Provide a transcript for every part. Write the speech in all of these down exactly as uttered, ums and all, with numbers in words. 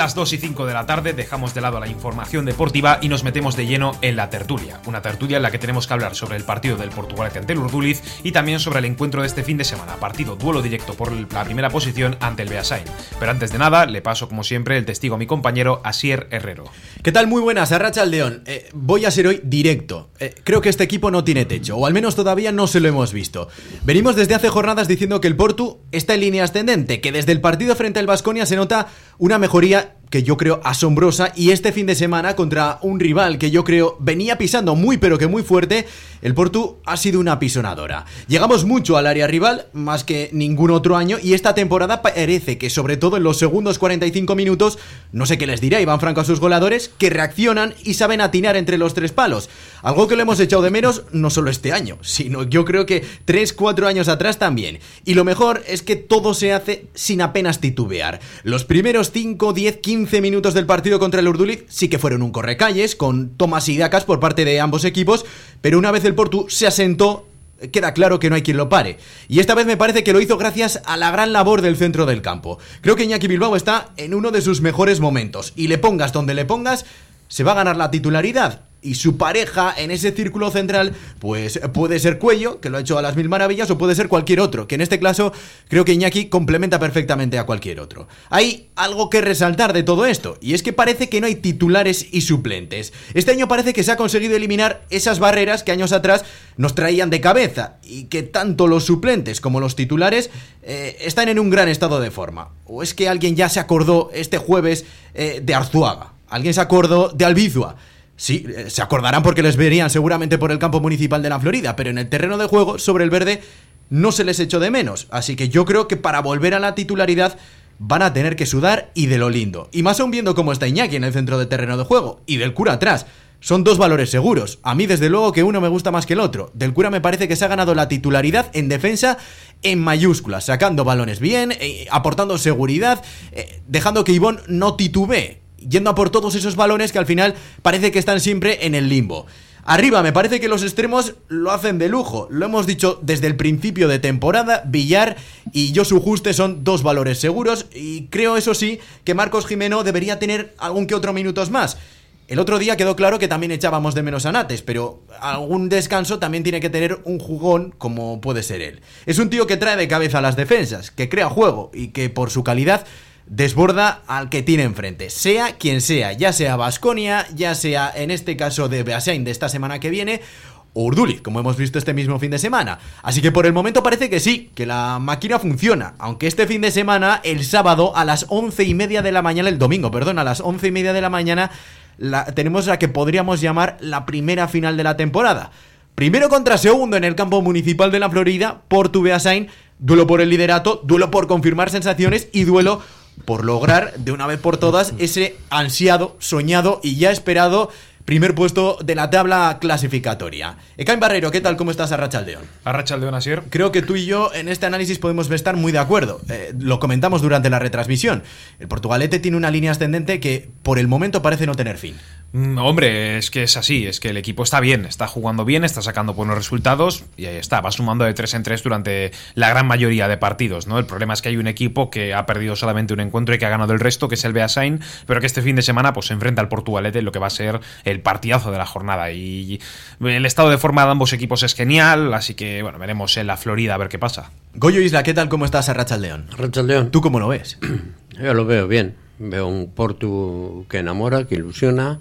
las dos y cinco de la tarde, dejamos de lado la información deportiva y nos metemos de lleno en la tertulia. Una tertulia en la que tenemos que hablar sobre el partido del Portugalete ante el Urduliz y también sobre el encuentro de este fin de semana. Partido duelo directo por la primera posición ante el Beasain. Pero antes de nada, le paso como siempre el testigo a mi compañero Asier Herrero. ¿Qué tal? Muy buenas, Arratsaldeon. Eh, voy a ser hoy directo. Eh, creo que este equipo no tiene techo, o al menos todavía no se lo hemos visto. Venimos desde hace jornadas diciendo que el Portu está en línea ascendente, que desde el partido frente al Baskonia se nota una mejoría que yo creo asombrosa, y este fin de semana contra un rival que yo creo venía pisando muy pero que muy fuerte, el Portu ha sido una pisonadora. Llegamos mucho al área rival, más que ningún otro año, y esta temporada parece que sobre todo en los segundos cuarenta y cinco minutos, no sé qué les dirá Iván Franco a sus goleadores, que reaccionan y saben atinar entre los tres palos. Algo que lo hemos echado de menos no solo este año, sino yo creo que tres cuatro años atrás también. Y lo mejor es que todo se hace sin apenas titubear. Los primeros cinco, diez, quince minutos del partido contra el Urduliz sí que fueron un correcalles, con tomas y dacas por parte de ambos equipos, pero una vez el Portu se asentó, queda claro que no hay quien lo pare. Y esta vez me parece que lo hizo gracias a la gran labor del centro del campo. Creo que Iñaki Bilbao está en uno de sus mejores momentos, y le pongas donde le pongas, se va a ganar la titularidad. Y su pareja en ese círculo central, pues puede ser Cuello, que lo ha hecho a las mil maravillas, o puede ser cualquier otro, que en este caso creo que Iñaki complementa perfectamente a cualquier otro. Hay algo que resaltar de todo esto, y es que parece que no hay titulares y suplentes. Este año parece que se ha conseguido eliminar esas barreras que años atrás nos traían de cabeza, y que tanto los suplentes como los titulares eh, están en un gran estado de forma. ¿O es que alguien ya se acordó este jueves eh, de Arzuaga? ¿Alguien se acordó de Albizua? Sí, se acordarán porque les verían seguramente por el campo municipal de la Florida, pero en el terreno de juego, sobre el verde, no se les echó de menos. Así que yo creo que para volver a la titularidad van a tener que sudar, y de lo lindo. Y más aún viendo cómo está Iñaki en el centro de terreno de juego, y Del Cura atrás. Son dos valores seguros. A mí desde luego que uno me gusta más que el otro. Del Cura me parece que se ha ganado la titularidad en defensa en mayúsculas, sacando balones bien, eh, aportando seguridad, eh, dejando que Ivón no titubee, yendo a por todos esos balones que al final parece que están siempre en el limbo. Arriba me parece que los extremos lo hacen de lujo. Lo hemos dicho desde el principio de temporada. Villar y Josu Juste son dos valores seguros, y creo, eso sí, que Marcos Jimeno debería tener algún que otro minutos más. El otro día quedó claro que también echábamos de menos a Nates, pero algún descanso también tiene que tener un jugón como puede ser él. Es un tío que trae de cabeza a las defensas, que crea juego y que por su calidad desborda al que tiene enfrente, sea quien sea, ya sea Baskonia, ya sea en este caso de Beasain de esta semana que viene, o Urduliz, como hemos visto este mismo fin de semana. Así que por el momento parece que sí, que la máquina funciona, aunque este fin de semana, el sábado a las once y media de la mañana, el domingo, perdón, a las once y media de la mañana, la, tenemos la que podríamos llamar la primera final de la temporada. Primero contra segundo en el campo municipal de la Florida, Portu Beasain, duelo por el liderato, duelo por confirmar sensaciones y duelo por lograr de una vez por todas ese ansiado, soñado y ya esperado primer puesto de la tabla clasificatoria. Ekain Barreiro, ¿qué tal? ¿Cómo estás? Arratsaldeon. Arratsaldeon, Asier. Creo que tú y yo en este análisis podemos estar muy de acuerdo. Eh, lo comentamos durante la retransmisión. El Portugalete tiene una línea ascendente que por el momento parece no tener fin. Mm, hombre, es que es así, es que el equipo está bien, está jugando bien, está sacando buenos resultados y ahí está, va sumando de tres en tres durante la gran mayoría de partidos, ¿no? El problema es que hay un equipo que ha perdido solamente un encuentro y que ha ganado el resto, que es el Beasain, pero que este fin de semana pues se enfrenta al Portugalete en lo que va a ser el partidazo de la jornada, y el estado de forma de ambos equipos es genial, así que bueno, veremos en la Florida a ver qué pasa. Goyo Isla, ¿qué tal? ¿Cómo estás? Arratsaldeon. Arratsaldeon. ¿Tú cómo lo ves? Yo lo veo bien, veo un Portu que enamora, que ilusiona.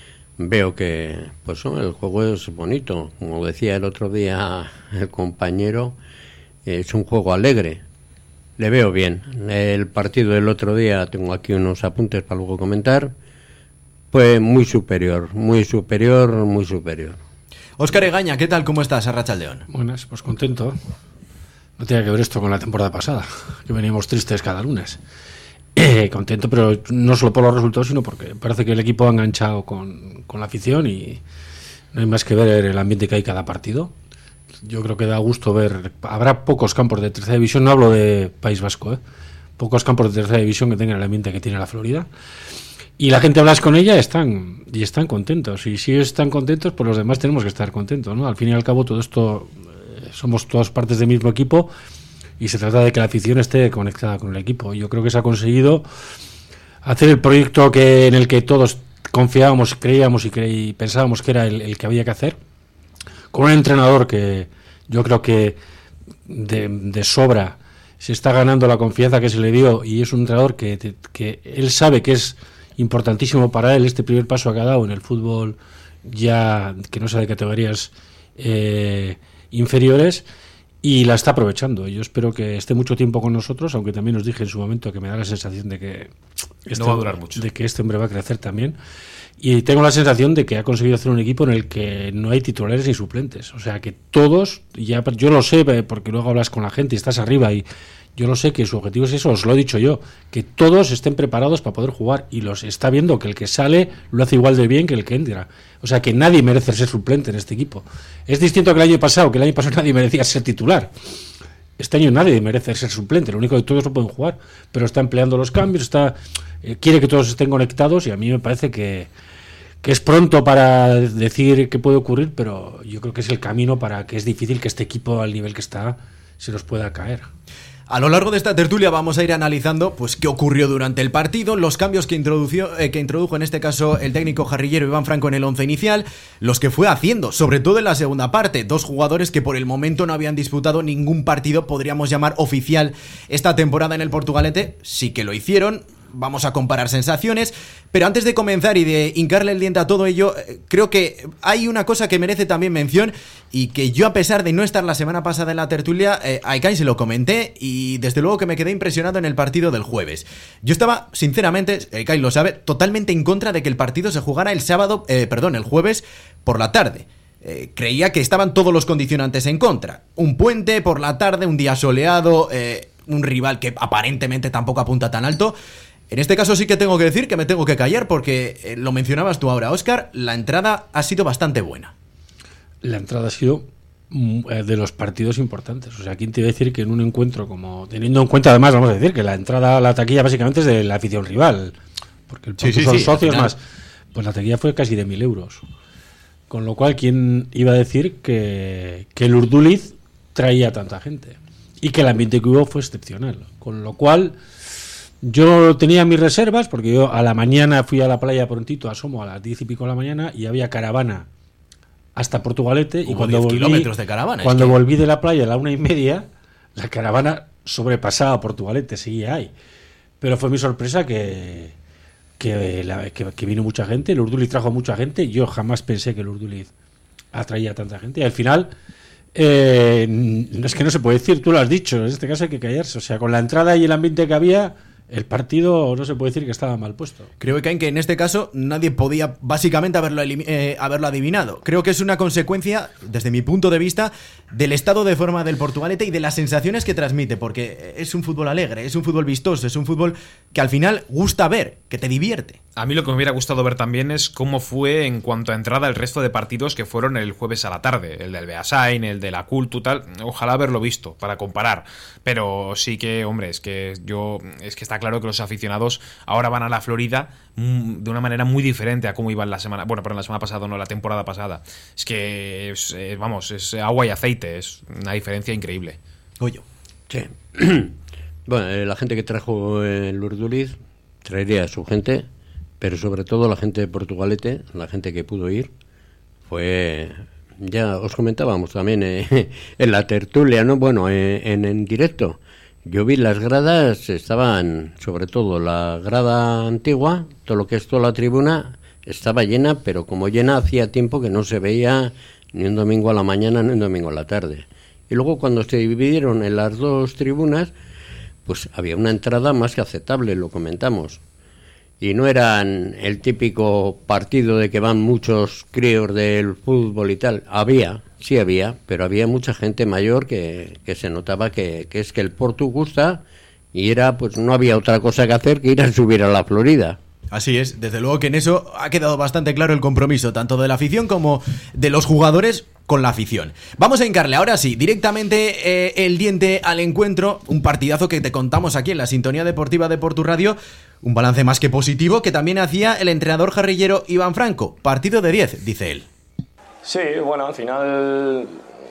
Veo que pues el juego es bonito, como decía el otro día el compañero, es un juego alegre, le veo bien. El partido del otro día, tengo aquí unos apuntes para luego comentar, fue muy superior, muy superior, muy superior. Óscar Egaña, ¿qué tal? ¿Cómo estás? Arratsaldeon. Buenas, pues contento. No tiene que ver esto con la temporada pasada, que veníamos tristes cada lunes. Eh, contento, pero no solo por los resultados, sino porque parece que el equipo ha enganchado con, con la afición y no hay más que ver el ambiente que hay cada partido. Yo creo que da gusto ver, habrá pocos campos de tercera división, no hablo de País Vasco, ¿eh? pocos campos de tercera división que tengan el ambiente que tiene la Florida. Y la gente hablas con ella están y están contentos, y si están contentos, pues los demás tenemos que estar contentos, ¿no? Al fin y al cabo todo esto, eh, somos todas partes del mismo equipo, y se trata de que la afición esté conectada con el equipo. Yo creo que se ha conseguido hacer el proyecto que en el que todos confiábamos, creíamos y, cre y pensábamos que era el, el que había que hacer, con un entrenador que yo creo que de, de sobra se está ganando la confianza que se le dio, y es un entrenador que, que él sabe que es importantísimo para él este primer paso que ha dado en el fútbol, ya que no sea de categorías eh, inferiores, y la está aprovechando. Yo espero que esté mucho tiempo con nosotros, aunque también os dije en su momento que me da la sensación de que este, no va a durar mucho, de que este hombre va a crecer también. Y tengo la sensación de que ha conseguido hacer un equipo en el que no hay titulares ni suplentes. O sea, que todos, ya yo lo sé, porque luego hablas con la gente y estás arriba, y yo lo sé que su objetivo es eso, os lo he dicho yo, que todos estén preparados para poder jugar, y los está viendo que el que sale lo hace igual de bien que el que entra. O sea, que nadie merece ser suplente en este equipo. Es distinto que el año pasado, que el año pasado nadie merecía ser titular. Este año nadie merece ser suplente, lo único que todos lo pueden jugar, pero está empleando los cambios, está eh, quiere que todos estén conectados, y a mí me parece que, que es pronto para decir qué puede ocurrir, pero yo creo que es el camino para que es difícil que este equipo al nivel que está se nos pueda caer. A lo largo de esta tertulia vamos a ir analizando pues qué ocurrió durante el partido, los cambios que introdució, eh, que introdujo en este caso el técnico jarrillero Iván Franco en el once inicial, los que fue haciendo, sobre todo en la segunda parte, dos jugadores que por el momento no habían disputado ningún partido, podríamos llamar oficial, esta temporada en el Portugalete, sí que lo hicieron. Vamos a comparar sensaciones, pero antes de comenzar y de hincarle el diente a todo ello, creo que hay una cosa que merece también mención, y que yo, a pesar de no estar la semana pasada en la tertulia, eh, a Ekain se lo comenté, y desde luego que me quedé impresionado en el partido del jueves. Yo estaba, sinceramente, Ekain lo sabe, totalmente en contra de que el partido se jugara el sábado, eh, perdón, el jueves por la tarde. Eh, creía que estaban todos los condicionantes en contra. Un puente por la tarde, un día soleado, eh, un rival que aparentemente tampoco apunta tan alto. En este caso sí que tengo que decir que me tengo que callar, porque eh, lo mencionabas tú ahora, Óscar, la entrada ha sido bastante buena. La entrada ha sido de los partidos importantes. O sea, ¿quién te iba a decir que en un encuentro como... Teniendo en cuenta, además, vamos a decir que la entrada a la taquilla básicamente es de la afición rival, porque el sí, sí, son sí, socios más. Pues la taquilla fue casi de mil euros. Con lo cual, ¿quién iba a decir que, que el Urduliz traía tanta gente? Y que el ambiente que hubo fue excepcional. Con lo cual... Yo tenía mis reservas, porque yo a la mañana fui a la playa prontito, asomo a las diez y pico de la mañana, y había caravana hasta Portugalete. Hubo y cuando diez volví, kilómetros de caravana. Cuando es que... volví de la playa a la una y media, la caravana sobrepasaba a Portugalete, seguía ahí. Pero fue mi sorpresa que, que, la, que, que vino mucha gente. El Urduliz trajo mucha gente. Yo jamás pensé que el Urduliz atraía a tanta gente. Y al final... Eh, es que no se puede decir, tú lo has dicho, en este caso hay que callarse. O sea, con la entrada y el ambiente que había... El partido no se puede decir que estaba mal puesto. Creo que en este caso nadie podía básicamente haberlo, eh, haberlo adivinado. Creo que es una consecuencia, desde mi punto de vista, del estado de forma del Portugalete y de las sensaciones que transmite, porque es un fútbol alegre, es un fútbol vistoso, es un fútbol que al final gusta ver, que te divierte. A mí lo que me hubiera gustado ver también es cómo fue en cuanto a entrada el resto de partidos que fueron el jueves a la tarde, el del Beasain, el de la Cultu, tal. Ojalá haberlo visto para comparar, pero sí que, hombre, es que yo es que está claro que los aficionados ahora van a la Florida de una manera muy diferente a cómo iban la semana, bueno, pero la semana pasada no, la temporada pasada. Es que es, eh, vamos, es agua y aceite, es una diferencia increíble. Oye, sí. Bueno, eh, la gente que trajo el Urduliz traería a su gente, pero sobre todo la gente de Portugalete, la gente que pudo ir, fue, ya os comentábamos también eh, en la tertulia, ¿no? Bueno, eh, en, en directo, yo vi las gradas, estaban, sobre todo la grada antigua, todo lo que es toda la tribuna, estaba llena, pero como llena hacía tiempo que no se veía ni un domingo a la mañana ni un domingo a la tarde. Y luego cuando se dividieron en las dos tribunas, pues había una entrada más que aceptable, lo comentamos. Y no eran el típico partido de que van muchos críos del fútbol y tal. Había, sí había, pero había mucha gente mayor que, que se notaba que, que es que el Portu gusta y era, pues no había otra cosa que hacer que ir a subir a la Florida. Así es, desde luego que en eso ha quedado bastante claro el compromiso, tanto de la afición como de los jugadores con la afición. Vamos a hincarle ahora sí, directamente eh, el diente al encuentro, un partidazo que te contamos aquí en la Sintonía Deportiva de Portu Radio, un balance más que positivo que también hacía el entrenador jarrillero Iván Franco, partido de diez, dice él. Sí, bueno, al final,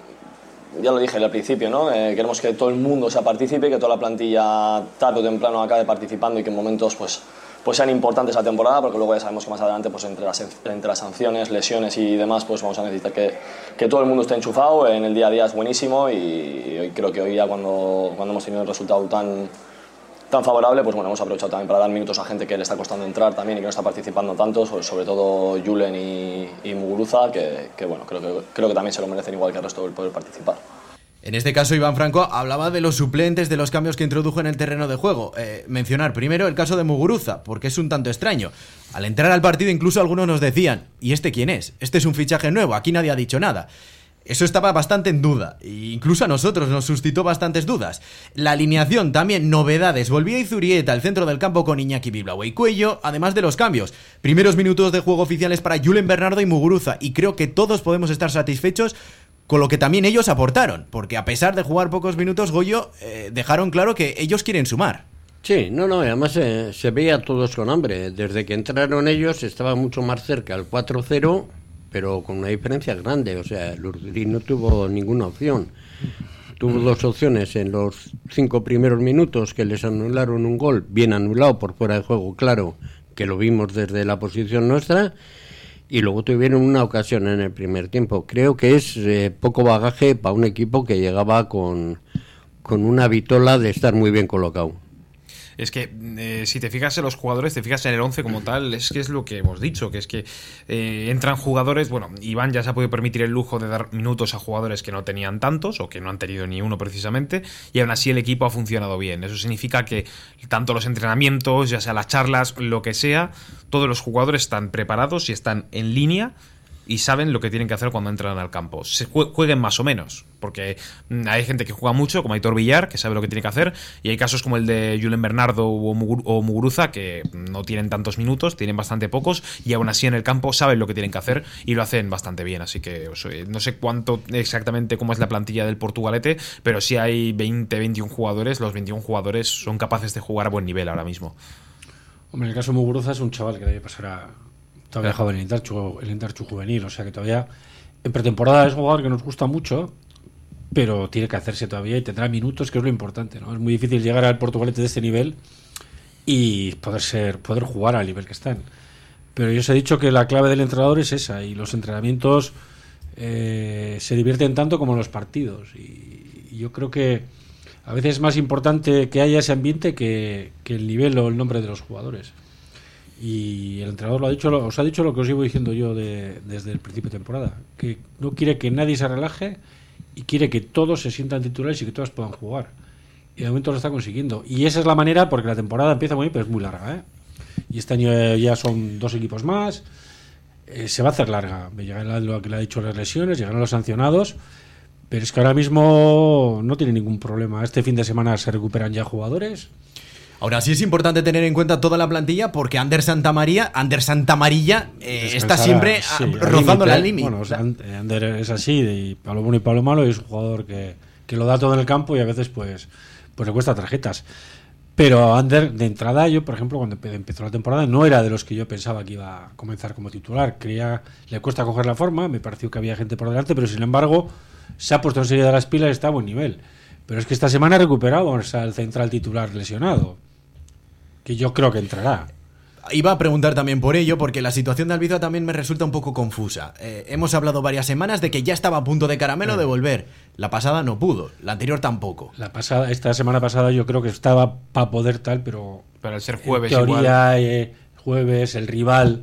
ya lo dije al principio, ¿no? Eh, queremos que todo el mundo sea partícipe, que toda la plantilla tarde o temprano acabe participando y que en momentos, pues, pues sean importantes la temporada, porque luego ya sabemos que más adelante pues entre las, entre las sanciones, lesiones y demás, pues vamos a necesitar que, que todo el mundo esté enchufado. En el día a día es buenísimo y, y creo que hoy ya cuando, cuando hemos tenido el resultado tan, tan favorable, pues bueno, hemos aprovechado también para dar minutos a gente que le está costando entrar también y que no está participando tanto, sobre, sobre todo Julen y, y Muguruza, que, que bueno, creo que, creo que también se lo merecen igual que el resto del poder participar. En este caso, Iván Franco hablaba de los suplentes, de los cambios que introdujo en el terreno de juego. Eh, mencionar primero el caso de Muguruza, porque es un tanto extraño. Al entrar al partido incluso algunos nos decían, ¿y este quién es? Este es un fichaje nuevo, aquí nadie ha dicho nada. Eso estaba bastante en duda, e incluso a nosotros nos suscitó bastantes dudas. La alineación también, novedades. Volvía Izurieta al centro del campo con Iñaki Bilbao y Cuello, además de los cambios. Primeros minutos de juego oficiales para Julen Bernardo y Muguruza, y creo que todos podemos estar satisfechos con lo que también ellos aportaron, porque a pesar de jugar pocos minutos, Goyo, eh, dejaron claro que ellos quieren sumar. Sí, no, no, además eh, se veía todos con hambre. Desde que entraron ellos estaba mucho más cerca al cuatro cero, pero con una diferencia grande. O sea, el Urduliz no tuvo ninguna opción. Tuvo dos opciones en los cinco primeros minutos, que les anularon un gol, bien anulado por fuera de juego, claro, que lo vimos desde la posición nuestra. Y luego tuvieron una ocasión en el primer tiempo. Creo que es eh, poco bagaje para un equipo que llegaba con, con una vitola de estar muy bien colocado. Es que eh, si te fijas en los jugadores, te fijas en el once como tal, es que es lo que hemos dicho, que es que eh, entran jugadores, bueno, Iván ya se ha podido permitir el lujo de dar minutos a jugadores que no tenían tantos, o que no han tenido ni uno precisamente, y aún así el equipo ha funcionado bien. Eso significa que tanto los entrenamientos, ya sea las charlas, lo que sea, todos los jugadores están preparados y están en línea y saben lo que tienen que hacer cuando entran al campo. Se jueguen más o menos, porque hay gente que juega mucho, como Aitor Villar, que sabe lo que tiene que hacer, y hay casos como el de Julen Bernardo o Muguruza, que no tienen tantos minutos, tienen bastante pocos, y aún así en el campo saben lo que tienen que hacer y lo hacen bastante bien. Así que no sé cuánto exactamente cómo es la plantilla del Portugalete, pero si hay veinte, veintiún jugadores, los veintiún jugadores son capaces de jugar a buen nivel ahora mismo. Hombre, en el caso de Muguruza es un chaval que debe pasar a... Todavía claro. joven, el Indarchu, el Indarchu juvenil, o sea que todavía en pretemporada es un jugador que nos gusta mucho, pero tiene que hacerse todavía y tendrá minutos, que es lo importante, ¿no? Es muy difícil llegar al Portugalete de este nivel y poder ser, poder jugar al nivel que están. Pero yo os he dicho que la clave del entrenador es esa, y los entrenamientos eh, se divierten tanto como los partidos, y, y yo creo que a veces es más importante que haya ese ambiente que, que el nivel o el nombre de los jugadores. Y el entrenador lo ha dicho, os ha dicho lo que os llevo diciendo yo de, desde el principio de temporada, que no quiere que nadie se relaje y quiere que todos se sientan titulares y que todos puedan jugar, y de momento lo está consiguiendo, y esa es la manera, porque la temporada empieza muy bien, pero es muy larga, ¿eh? Y este año ya son dos equipos más, eh, se va a hacer larga, llegará lo que le ha dicho, las lesiones, llegarán los sancionados, pero es que ahora mismo no tiene ningún problema. Este fin de semana se recuperan ya jugadores. Ahora sí es importante tener en cuenta toda la plantilla, porque Ander Santamaría, Ander Santamarilla eh, está siempre sí, rozando la límite. Bueno, Ander es así, y para lo bueno y para lo malo, y es un jugador que, que lo da todo en el campo y a veces pues, pues le cuesta tarjetas. Pero Ander, de entrada, yo por ejemplo cuando empezó la temporada no era de los que yo pensaba que iba a comenzar como titular. Creía, le cuesta coger la forma, me pareció que había gente por delante, pero sin embargo se ha puesto enseguida las pilas y está a buen nivel. Pero es que esta semana ha recuperado al central titular lesionado, que yo creo que entrará. Iba a preguntar también por ello, porque la situación de Albiza también me resulta un poco confusa. Eh, hemos hablado varias semanas de que ya estaba a punto de caramelo sí. de volver. La pasada no pudo, la anterior tampoco. La pasada, esta semana pasada yo creo que estaba para poder tal, pero... Pero al ser jueves en teoría, igual... Eh, jueves, el rival...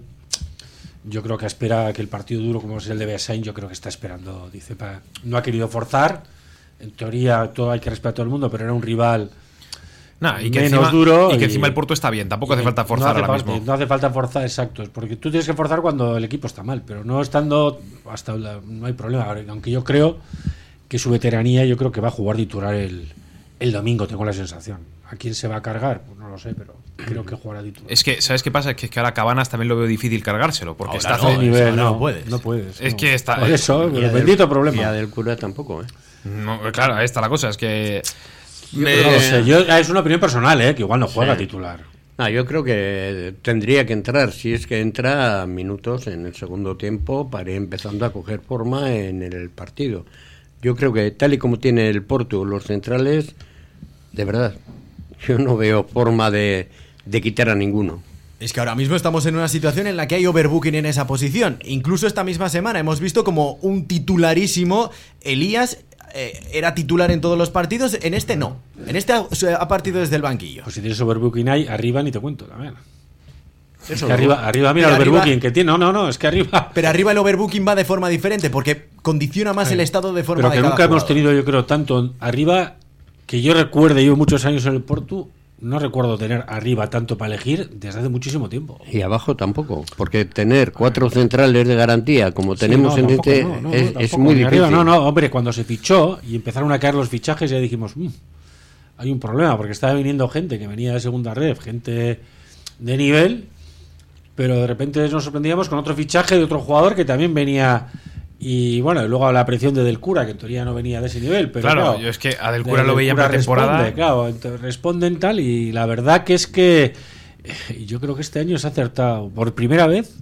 Yo creo que espera que el partido duro como es el de Beasain, yo creo que está esperando, dice, para, no ha querido forzar. En teoría todo hay que respetar a todo el mundo, pero era un rival nah, y que menos encima, duro. Y que y, encima el Porto está bien, tampoco hace falta forzar no hace ahora falta, mismo. No hace falta forzar, exacto, porque tú tienes que forzar cuando el equipo está mal, pero no estando hasta la, no hay problema. Aunque yo creo que su veteranía, yo creo que va a jugar titular el, el domingo, tengo la sensación. ¿A quién se va a cargar? Pues no lo sé, pero creo que jugará titular. Es que, ¿sabes qué pasa? Es que, es que ahora Cabanas también lo veo difícil cargárselo, porque ahora está no, a nivel, no, no puedes. No puedes. Es no. que está... Por eso, y el bendito del, problema. Y a del cura tampoco, ¿eh? No, claro, ahí está la cosa, es que... Yo, me... no lo sé, yo, es una opinión personal, ¿eh? Que igual no juega sí. titular. Ah, yo creo que tendría que entrar, si es que entra minutos en el segundo tiempo para ir empezando a coger forma en el partido. Yo creo que tal y como tiene el Porto los centrales, de verdad, yo no veo forma de, de quitar a ninguno. Es que ahora mismo estamos en una situación en la que hay overbooking en esa posición. Incluso esta misma semana hemos visto como un titularísimo Elías eh, era titular en todos los partidos, en este no. En este ha, ha partido desde el banquillo. Pues si tienes overbooking ahí, arriba ni te cuento también. Eso es que arriba, arriba mira el arriba, overbooking que tiene. No, no, no, es que arriba. Pero arriba el overbooking va de forma diferente porque condiciona más sí. el estado de forma pero de que cada nunca jugador. Hemos tenido, yo creo, tanto arriba que yo recuerde, llevo muchos años en el Portu. No recuerdo tener arriba tanto para elegir desde hace muchísimo tiempo. Y abajo tampoco, porque tener cuatro centrales de garantía como tenemos sí, no, en tampoco, este no, no, es, es muy difícil. Arriba, no, no, hombre, cuando se fichó y empezaron a caer los fichajes ya dijimos, mmm, hay un problema, porque estaba viniendo gente que venía de segunda red, gente de nivel, pero de repente nos sorprendíamos con otro fichaje de otro jugador que también venía. Y bueno, luego la presión de Del Cura, que en teoría no venía de ese nivel. Pero claro, claro yo es que a Del Cura lo veía en pretemporada. Responde, claro, entonces responden tal. Y la verdad que es que eh, yo creo que este año se ha acertado por primera vez.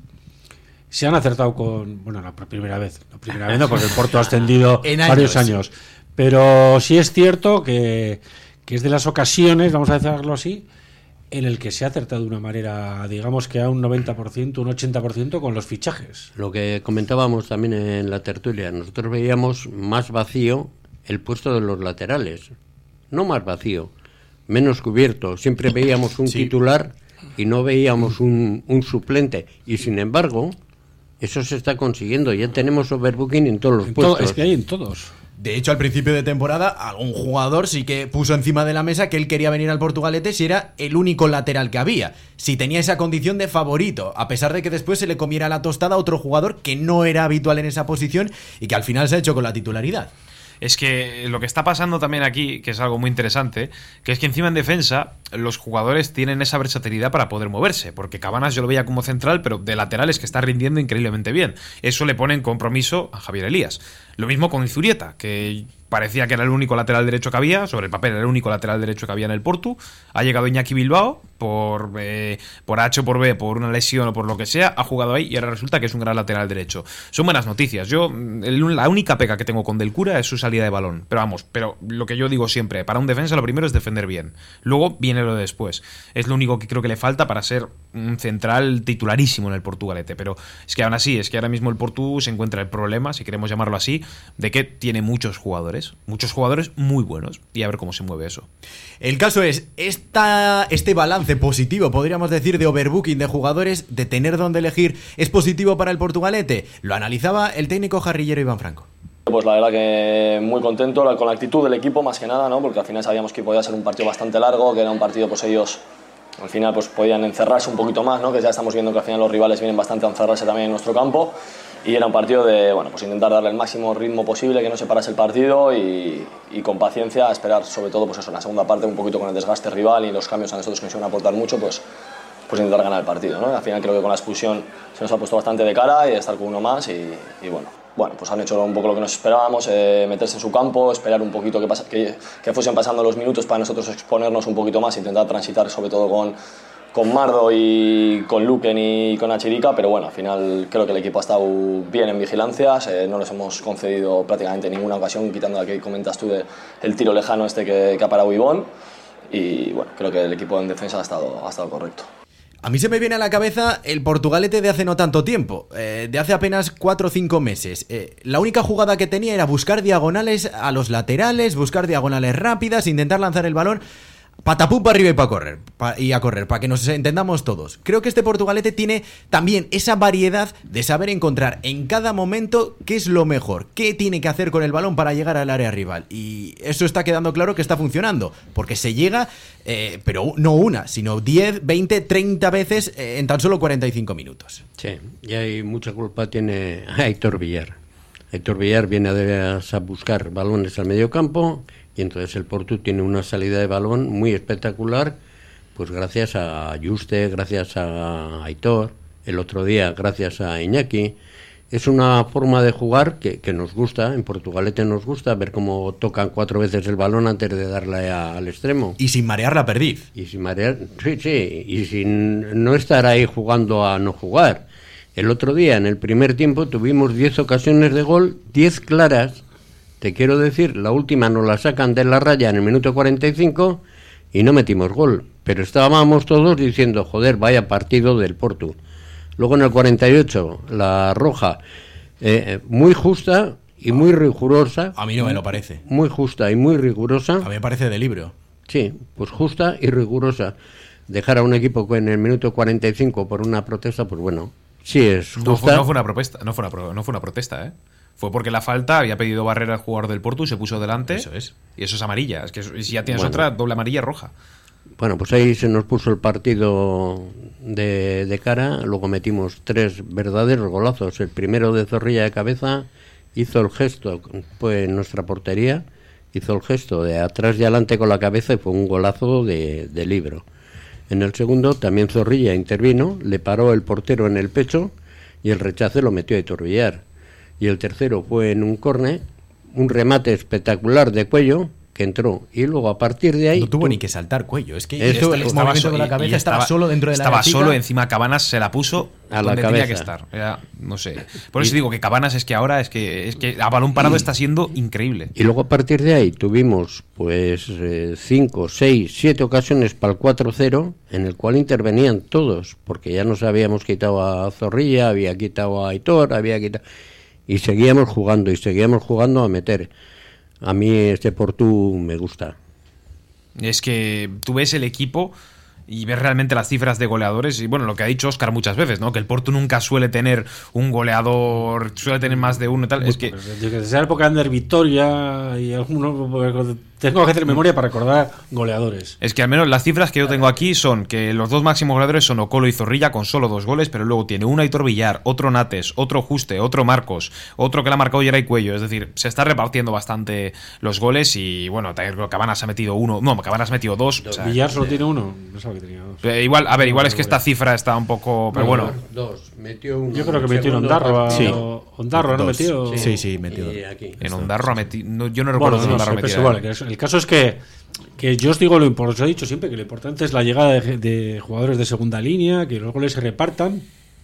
Se han acertado con. Bueno, no por primera vez. No, primera vez no, porque el Porto ha ascendido en varios años. años. Pero sí es cierto que, que es de las ocasiones, vamos a decirlo así, en el que se ha acertado de una manera, digamos que a un noventa por ciento, un ochenta por ciento con los fichajes. Lo que comentábamos también en la tertulia, nosotros veíamos más vacío el puesto de los laterales. No más vacío, menos cubierto. Siempre veíamos un sí. titular y no veíamos un, un suplente. Y sin embargo, eso se está consiguiendo. Ya tenemos overbooking en todos los en puestos. Todo, es que hay en todos. De hecho, al principio de temporada, algún jugador sí que puso encima de la mesa que él quería venir al Portugalete si era el único lateral que había, si tenía esa condición de favorito, a pesar de que después se le comiera la tostada a otro jugador que no era habitual en esa posición y que al final se ha hecho con la titularidad. Es que lo que está pasando también aquí, que es algo muy interesante, que es que encima en defensa los jugadores tienen esa versatilidad para poder moverse, porque Cabanas yo lo veía como central, pero de lateral es que está rindiendo increíblemente bien. Eso le pone en compromiso a Javier Elías. Lo mismo con Izurieta, que parecía que era el único lateral derecho que había, sobre el papel era el único lateral derecho que había en el Portu. Ha llegado Iñaki Bilbao, por, eh, por H o por B, por una lesión o por lo que sea, ha jugado ahí y ahora resulta que es un gran lateral derecho. Son buenas noticias. Yo, el, la única pega que tengo con Del Cura es su salida de balón. Pero vamos, pero lo que yo digo siempre, para un defensa lo primero es defender bien. Luego viene lo de después. Es lo único que creo que le falta para ser un central titularísimo en el Portugalete. Pero es que aún así, es que ahora mismo el Portu se encuentra el problema, si queremos llamarlo así, de que tiene muchos jugadores, muchos jugadores muy buenos, y a ver cómo se mueve eso. El caso es, esta, este balance positivo, podríamos decir, de overbooking de jugadores, de tener donde elegir, ¿es positivo para el Portugalete? Lo analizaba el técnico jarrillero Iván Franco. Pues la verdad que muy contento con la actitud del equipo más que nada, ¿no? Porque al final sabíamos que podía ser un partido bastante largo, que era un partido, pues ellos al final pues podían encerrarse un poquito más, ¿no? Que ya estamos viendo que al final los rivales vienen bastante a encerrarse también en nuestro campo. Y era un partido de, bueno, pues intentar darle el máximo ritmo posible, que no se parase el partido y, y con paciencia esperar, sobre todo, pues eso, en la segunda parte, un poquito con el desgaste rival y los cambios a nosotros que nos iban a aportar mucho, pues, pues intentar ganar el partido, ¿no? Al final creo que con la expulsión se nos ha puesto bastante de cara y estar con uno más y, y bueno, bueno, pues han hecho un poco lo que nos esperábamos, eh, meterse en su campo, esperar un poquito que, pasa, que, que fuesen pasando los minutos para nosotros exponernos un poquito más, intentar transitar sobre todo con con Mardo y con Luquen y con Achirica, pero bueno, al final creo que el equipo ha estado bien en vigilancias, eh, no les hemos concedido prácticamente ninguna ocasión, quitando la que comentas tú de el tiro lejano este que, que ha parado Ibón, y bueno, creo que el equipo en defensa ha estado, ha estado correcto. A mí se me viene a la cabeza el Portugalete de hace no tanto tiempo, eh, de hace apenas cuatro o cinco meses. Eh, la única jugada que tenía era buscar diagonales a los laterales, buscar diagonales rápidas, intentar lanzar el balón patapum para arriba y para correr, pa, y a correr, para que nos entendamos todos. Creo que este Portugalete tiene también esa variedad de saber encontrar en cada momento qué es lo mejor, qué tiene que hacer con el balón para llegar al área rival. Y eso está quedando claro que está funcionando, porque se llega, eh, pero no una, sino diez, veinte, treinta veces eh, en tan solo cuarenta y cinco minutos. Sí, y hay mucha culpa tiene Aitor Villar. Aitor Villar viene a, a buscar balones al medio campo. Y entonces el Portu tiene una salida de balón muy espectacular, pues gracias a Juste, gracias a Aitor, el otro día gracias a Iñaki. Es una forma de jugar que, que nos gusta, en Portugalete nos gusta, ver cómo tocan cuatro veces el balón antes de darle a, al extremo. Y sin marear la perdiz. Y sin marear, sí, sí, y sin no estar ahí jugando a no jugar. El otro día, en el primer tiempo, tuvimos diez ocasiones de gol, diez claras. Te quiero decir, la última nos la sacan de la raya en el minuto cuarenta y cinco y no metimos gol. pero estábamos todos diciendo, joder, vaya partido del Portu. Luego en el cuarenta y ocho, la roja, eh, muy justa y muy rigurosa. A mí no me lo parece. Muy justa y muy rigurosa. A mí me parece de libro. Sí, pues justa y rigurosa. Dejar a un equipo en el minuto cuarenta y cinco por una protesta, pues bueno, sí es justa. No fue, no fue una protesta, no fue una, pro, no fue una protesta, ¿eh? Fue porque la falta había pedido barrera al jugador del Porto y se puso delante. Eso es. Y eso es amarilla. Es que si ya tienes Bueno. otra, doble amarilla roja. Bueno, pues ahí se nos puso el partido de, de cara. Luego metimos tres verdaderos golazos. El primero de Zorrilla de cabeza hizo el gesto, pues en nuestra portería, hizo el gesto de atrás y adelante con la cabeza y fue un golazo de, de libro. En el segundo también Zorrilla intervino, le paró el portero en el pecho y el rechace lo metió a Iturbillar. Y el tercero fue en un córner, un remate espectacular de Cuello que entró, y luego a partir de ahí No tuvo tú- ni que saltar Cuello, es que Eso el estaba movimiento so- de la y- cabeza y estaba, solo dentro de la Estaba área solo, chica. encima Cabanas se la puso A la donde tenía que cabeza. estar. Era, no sé. Por eso digo que Cabanas es que ahora es que, es que a balón parado está siendo increíble. Y luego a partir de ahí tuvimos pues eh, cinco, seis, siete ocasiones para el cuatro cero, en el cual intervenían todos, porque ya nos habíamos quitado a Zorrilla, había quitado a Aitor, había quitado... Y seguíamos jugando, y seguíamos jugando a meter. A mí este Portu me gusta. Es que tú ves el equipo y ves realmente las cifras de goleadores y bueno, lo que ha dicho Óscar muchas veces, ¿no? Que el Porto nunca suele tener un goleador, suele tener más de uno y tal. Es que Desde la época de Ander Victoria y alguno, tengo que hacer memoria para recordar goleadores. Es que al menos las cifras que yo tengo aquí son que los dos máximos goleadores son Ocolo y Zorrilla con solo dos goles, pero luego tiene uno Aitor Villar, otro Nates, otro Juste, otro Marcos, otro que le ha marcado Yeray Cuello. Es decir, se está repartiendo bastante los goles y bueno, también creo que Cabanas ha metido uno, no, Cabanas ha metido dos. O sea, Villar solo tiene uno, no sabía que tenía dos. eh, igual, a ver, igual es que esta cifra está un poco, pero bueno. Dos, metió uno. Yo creo que metió en Ondarroa. Sí. Ondarroa, ¿no Dos. metió? Sí, sí, metido. Y aquí. En Ondarroa metí, no, yo no recuerdo Bueno, si no, Ondarroa sé, pero metía. es igual, que es- el caso es que, que yo os digo lo importante, os he dicho siempre que lo importante es la llegada de, de jugadores de segunda línea, que los goles se repartan,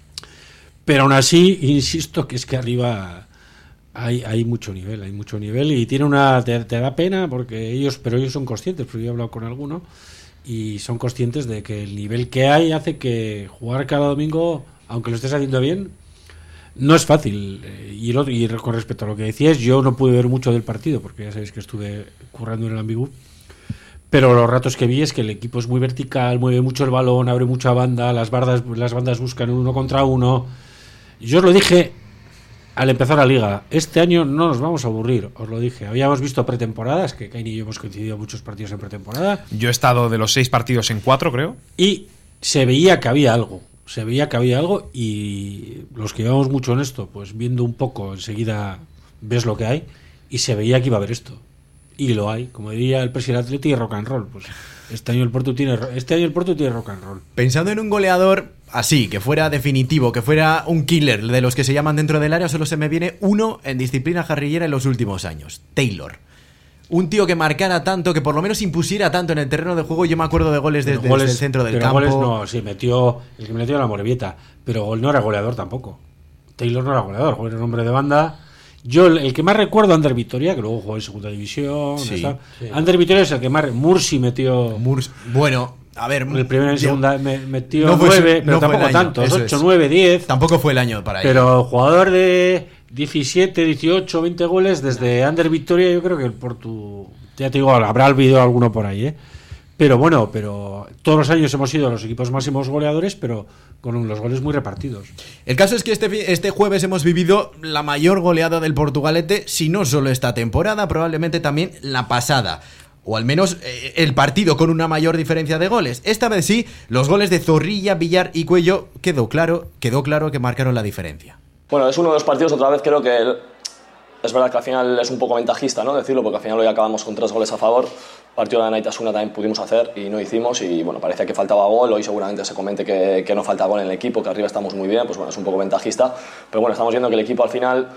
pero aún así, insisto que es que arriba hay, hay mucho nivel, hay mucho nivel y tiene una te, te da pena porque ellos, pero ellos son conscientes, porque yo he hablado con alguno y son conscientes de que el nivel que hay hace que jugar cada domingo, aunque lo estés haciendo bien, no es fácil. Eh, Y, el otro- y con respecto a lo que decías, yo no pude ver mucho del partido, porque ya sabéis que estuve currando en el Ambigú. Pero los ratos que vi es que el equipo es muy vertical, mueve mucho el balón, abre mucha banda, las bandas, las bandas buscan uno contra uno. Yo os lo dije al empezar la liga, este año no nos vamos a aburrir, os lo dije. Habíamos visto pretemporadas, que Kaini y yo hemos coincidido muchos partidos en pretemporada, Yo he estado de los seis partidos en cuatro, creo. y se veía que había algo. Se veía que había algo y los que llevamos mucho en esto, pues viendo un poco, enseguida ves lo que hay y se veía que iba a haber esto. Y lo hay, como diría el presidente Atleti, rock and roll. Pues este año el Porto tiene este año el Porto tiene rock and roll. Pensando en un goleador así, que fuera definitivo, que fuera un killer de los que se llaman dentro del área, solo se me viene uno en disciplina jarrillera en los últimos años, Taylor. Un tío que marcara tanto, que por lo menos impusiera tanto en el terreno de juego. Yo me acuerdo de goles desde, Pero goles- desde el centro del pero campo. goles no, sí, metió el que metió la Morevieta, pero gol no era goleador tampoco. Taylor no era goleador, era un hombre de banda. Yo el, el que más recuerdo, Ander Victoria, que luego jugó en segunda división. Sí, está. sí. Ander Victoria es el que más. Mursi metió. Murs- bueno, a ver. El primero en yo- segunda me, metió no fue nueve, su- pero no fue tampoco el año, tanto, eso ocho, es. nueve, diez. Tampoco fue el año para ello. Pero jugador de diecisiete, dieciocho, veinte goles desde Ander Victoria, yo creo que el Portu, ya te digo, habrá olvidado alguno por ahí, ¿eh? Pero bueno, pero todos los años hemos sido los equipos máximos goleadores, pero con los goles muy repartidos. El caso es que este, fi- este jueves hemos vivido la mayor goleada del Portugalete, si no solo esta temporada, probablemente también la pasada. O al menos eh, el partido con una mayor diferencia de goles. Esta vez sí, los goles de Zorrilla, Villar y Cuello quedó claro, quedó claro que marcaron la diferencia. Bueno, es uno de los partidos, otra vez creo que el- es verdad que al final es un poco ventajista, ¿no? Decirlo, porque al final hoy acabamos con tres goles a favor. Partido de Naitasuna también pudimos hacer y no hicimos, y bueno, parecía que faltaba gol. Hoy seguramente se comente que, que no falta gol en el equipo, que arriba estamos muy bien, pues bueno, es un poco ventajista. Pero bueno, estamos viendo que el equipo al final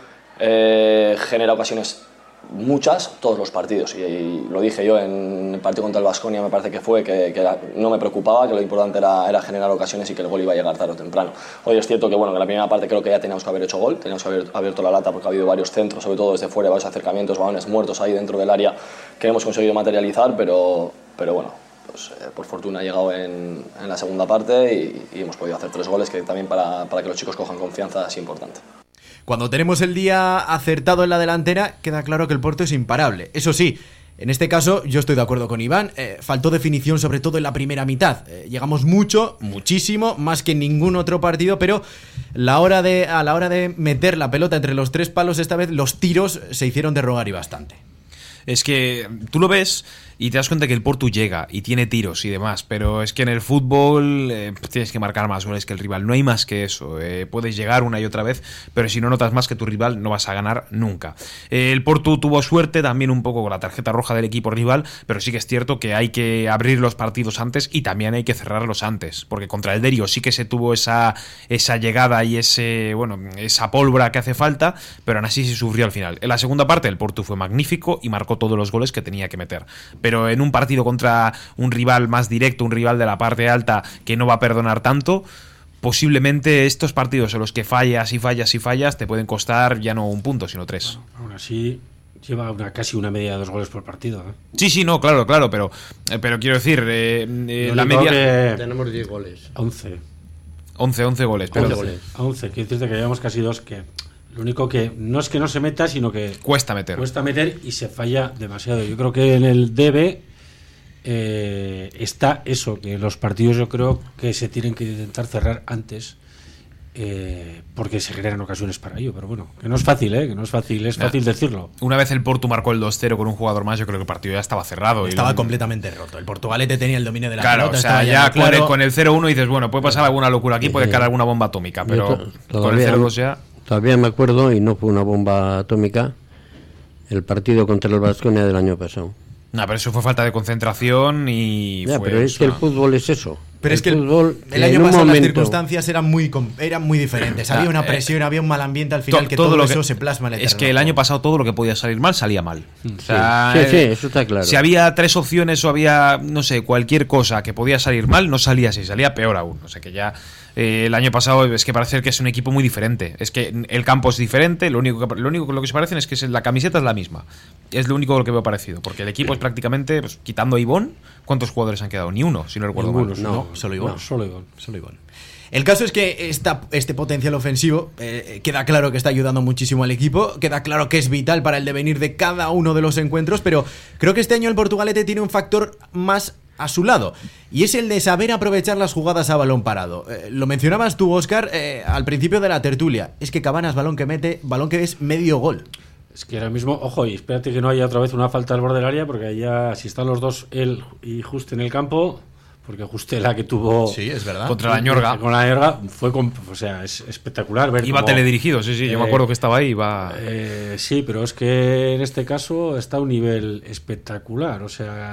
eh, genera ocasiones muchas, todos los partidos, y, y lo dije yo en el partido contra el Baskonia, me parece que fue, que, que era- no me preocupaba, que lo importante era, era generar ocasiones y que el gol iba a llegar tarde o temprano. Hoy es cierto que bueno, que en la primera parte creo que ya teníamos que haber hecho gol, teníamos que haber abierto la lata porque ha habido varios centros, sobre todo desde fuera, varios acercamientos, balones muertos ahí dentro del área que hemos conseguido materializar, pero, pero bueno, pues eh, por fortuna ha llegado en, en la segunda parte y, y hemos podido hacer tres goles, que también para, para que los chicos cojan confianza es importante. Cuando tenemos el día acertado en la delantera, queda claro que el Porto es imparable. Eso sí, en este caso yo estoy de acuerdo con Iván, eh, faltó definición sobre todo en la primera mitad. Eh, llegamos mucho, muchísimo, más que en ningún otro partido, pero la hora de, a la hora de meter la pelota entre los tres palos esta vez, los tiros se hicieron de rogar y bastante. Es que tú lo ves y te das cuenta que el Porto llega y tiene tiros y demás, pero es que en el fútbol eh, tienes que marcar más goles que el rival, no hay más que eso. Eh, puedes llegar una y otra vez, pero si no notas más que tu rival no vas a ganar nunca. Eh, el Porto tuvo suerte también un poco con la tarjeta roja del equipo rival, pero sí que es cierto que hay que abrir los partidos antes y también hay que cerrarlos antes, porque contra el Derio sí que se tuvo esa, esa llegada y ese bueno esa pólvora que hace falta, pero aún así se sufrió al final. En la segunda parte el Porto fue magnífico y marcó todos los goles que tenía que meter, pero en un partido contra un rival más directo, un rival de la parte alta que no va a perdonar tanto, posiblemente estos partidos en los que fallas y fallas y fallas te pueden costar ya no un punto sino tres. Bueno, aún así lleva una, casi una media de dos goles por partido, ¿eh? Sí, sí, no, claro, claro, pero, pero quiero decir, eh, eh, la media... Que... Tenemos diez goles. once. once, once goles. Pero once goles. once, quiere decirte que llevamos casi dos que... Lo único que no es que no se meta, sino que cuesta meter. Cuesta meter y se falla demasiado. Yo creo que en el D B eh, está eso, que los partidos yo creo que se tienen que intentar cerrar antes, eh, porque se generan ocasiones para ello. Pero bueno, que no es fácil, ¿eh? Que no es fácil, es fácil ya. decirlo. Una vez el Porto marcó el dos cero con un jugador más, yo creo que el partido ya estaba cerrado. Estaba y lo... completamente roto. El Portugalete tenía el dominio de la claro, pelota. O sea, ya con, claro. el, con el cero uno dices, bueno, puede pasar alguna locura aquí, puede caer alguna bomba atómica, pero to- con el cero dos ya... Todavía me acuerdo, y no fue una bomba atómica, el partido contra el Baskonia del año pasado. No, pero eso fue falta de concentración y ya, fue pero es una... que el fútbol es eso. Pero el es que fútbol, el, el año pasado momento... las circunstancias eran muy eran muy diferentes. Había una presión, había un mal ambiente al final, to, que todo, todo lo eso que, se plasma en el Es terreno. que el año pasado todo lo que podía salir mal salía mal. Sí, o sea, sí, sí, eso está claro. Si había tres opciones o había, no sé, cualquier cosa que podía salir mal, no salía así, salía peor aún. O sea que ya eh, el año pasado es que parece que es un equipo muy diferente. Es que el campo es diferente, lo único que, lo único lo que se parecen es que la camiseta es la misma. Es lo único lo que veo parecido, porque el equipo es prácticamente, pues, quitando a Ivón, ¿cuántos jugadores han quedado? Ni uno, si no recuerdo Ninguno, mal. No, no, solo Ivón. No, solo Ivón. Solo Ivón. El caso es que esta, este potencial ofensivo eh, queda claro que está ayudando muchísimo al equipo, queda claro que es vital para el devenir de cada uno de los encuentros, pero creo que este año el Portugalete tiene un factor más a su lado, y es el de saber aprovechar las jugadas a balón parado. Eh, lo mencionabas tú, Óscar, eh, al principio de la tertulia. Es que Cabanas, balón que mete, balón que es medio gol. Es que ahora mismo, ojo, y espérate que no haya otra vez una falta al borde del área, porque ya si están los dos, él y Juste en el campo, porque Juste la que tuvo... Sí, es verdad. Contra la Ñorga. Con la Ñorga fue, con, o sea, es espectacular ver Iba cómo, teledirigido, sí, sí, eh, yo me acuerdo que estaba ahí, iba... Eh, sí, pero es que en este caso está a un nivel espectacular, o sea...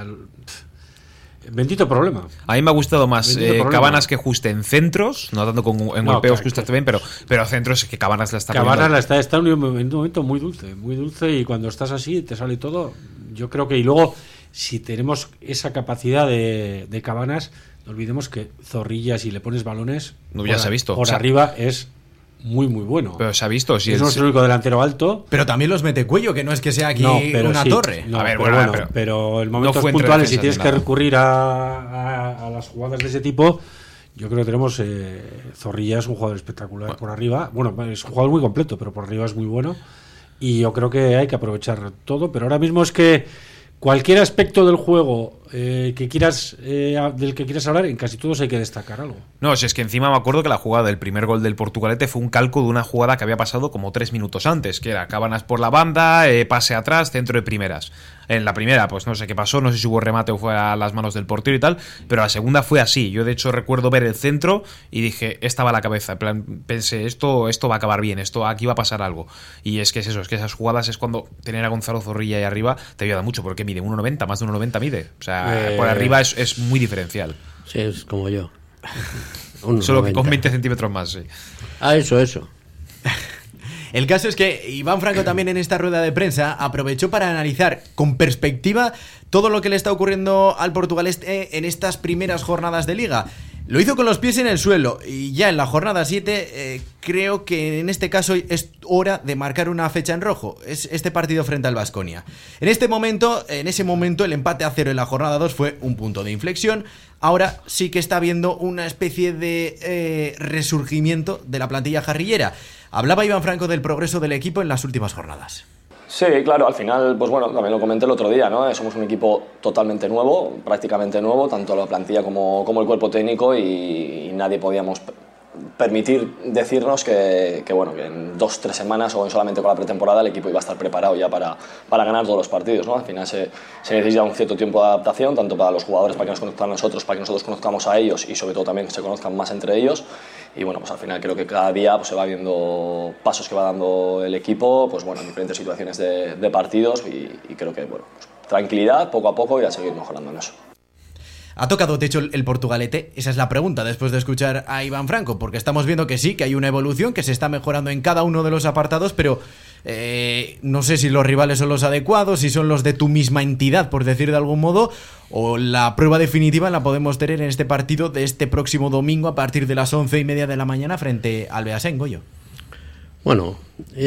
Bendito problema. A mí me ha gustado más eh, Cabanas que Juste en centros, no tanto con, en no, golpeos que, Juste está bien, pero, pero centros es que Cabanas la está Cabanas la está, está en un momento muy dulce, muy dulce, y cuando estás así te sale todo. Yo creo que, y luego, si tenemos esa capacidad de, de Cabanas, no olvidemos que Zorrilla, si le pones balones, no, ya por, se ha visto. por o sea, arriba es muy muy bueno. Pero se ha visto, si es nuestro único delantero alto. Pero también los mete Cuello, que no es que sea aquí no, una sí, torre. No, a ver, pero, bueno, bueno, pero, pero en momentos no puntuales, si tienes que recurrir a, a, a las jugadas de ese tipo, yo creo que tenemos eh, Zorrilla es un jugador espectacular bueno. por arriba. Bueno, es un jugador muy completo, pero por arriba es muy bueno. Y yo creo que hay que aprovechar todo. Pero ahora mismo es que cualquier aspecto del juego eh, que quieras eh, del que quieras hablar, en casi todos hay que destacar algo. No, si es que encima me acuerdo que la jugada del primer gol del Portugalete fue un calco de una jugada que había pasado como tres minutos antes, que era Cabanas por la banda, eh, pase atrás, centro de primeras. En la primera, pues no sé qué pasó, no sé si hubo remate o fue a las manos del portero y tal, pero la segunda fue así. Yo de hecho recuerdo ver el centro y dije, esta va a la cabeza. En plan, pensé, esto, esto va a acabar bien, esto aquí va a pasar algo. Y es que es eso, es que esas jugadas es cuando tener a Gonzalo Zorrilla ahí arriba te ayuda mucho, porque mide uno noventa, más de uno noventa mide. O sea, eh... por arriba es, es muy diferencial. Sí, es como yo. Solo que con veinte centímetros más, sí. Ah, eso, eso. El caso es que Iván Franco también en esta rueda de prensa aprovechó para analizar con perspectiva todo lo que le está ocurriendo al Portugalete en estas primeras jornadas de Liga. Lo hizo con los pies en el suelo y ya en la jornada siete eh, creo que en este caso es hora de marcar una fecha en rojo. Es este partido frente al Baskonia. En este momento, en ese momento el empate a cero en la jornada dos fue un punto de inflexión. Ahora sí que está habiendo una especie de eh, resurgimiento de la plantilla jarrillera. Hablaba Iván Franco del progreso del equipo en las últimas jornadas. Sí, claro, al final, pues bueno, también lo comenté el otro día, ¿no? Somos un equipo totalmente nuevo, prácticamente nuevo, tanto la plantilla como, como el cuerpo técnico y, y nadie podíamos permitir decirnos que, que, bueno, que en dos, tres semanas o solamente con la pretemporada el equipo iba a estar preparado ya para, para ganar todos los partidos, ¿no? Al final se, se necesita un cierto tiempo de adaptación, tanto para los jugadores, para que nos conozcan a nosotros, para que nosotros conozcamos a ellos y sobre todo también que se conozcan más entre ellos. Y bueno, pues al final creo que cada día pues, se va viendo pasos que va dando el equipo, pues bueno, en diferentes situaciones de, de partidos y, y creo que, bueno, pues, tranquilidad, poco a poco y a seguir mejorando en eso. ¿Ha tocado techo el Portugalete? Esa es la pregunta después de escuchar a Iván Franco, porque estamos viendo que sí, que hay una evolución, que se está mejorando en cada uno de los apartados, pero eh, no sé si los rivales son los adecuados, si son los de tu misma entidad, por decir de algún modo, o la prueba definitiva la podemos tener en este partido de este próximo domingo a partir de las once y media de la mañana frente al Beasain, Goyo. Bueno,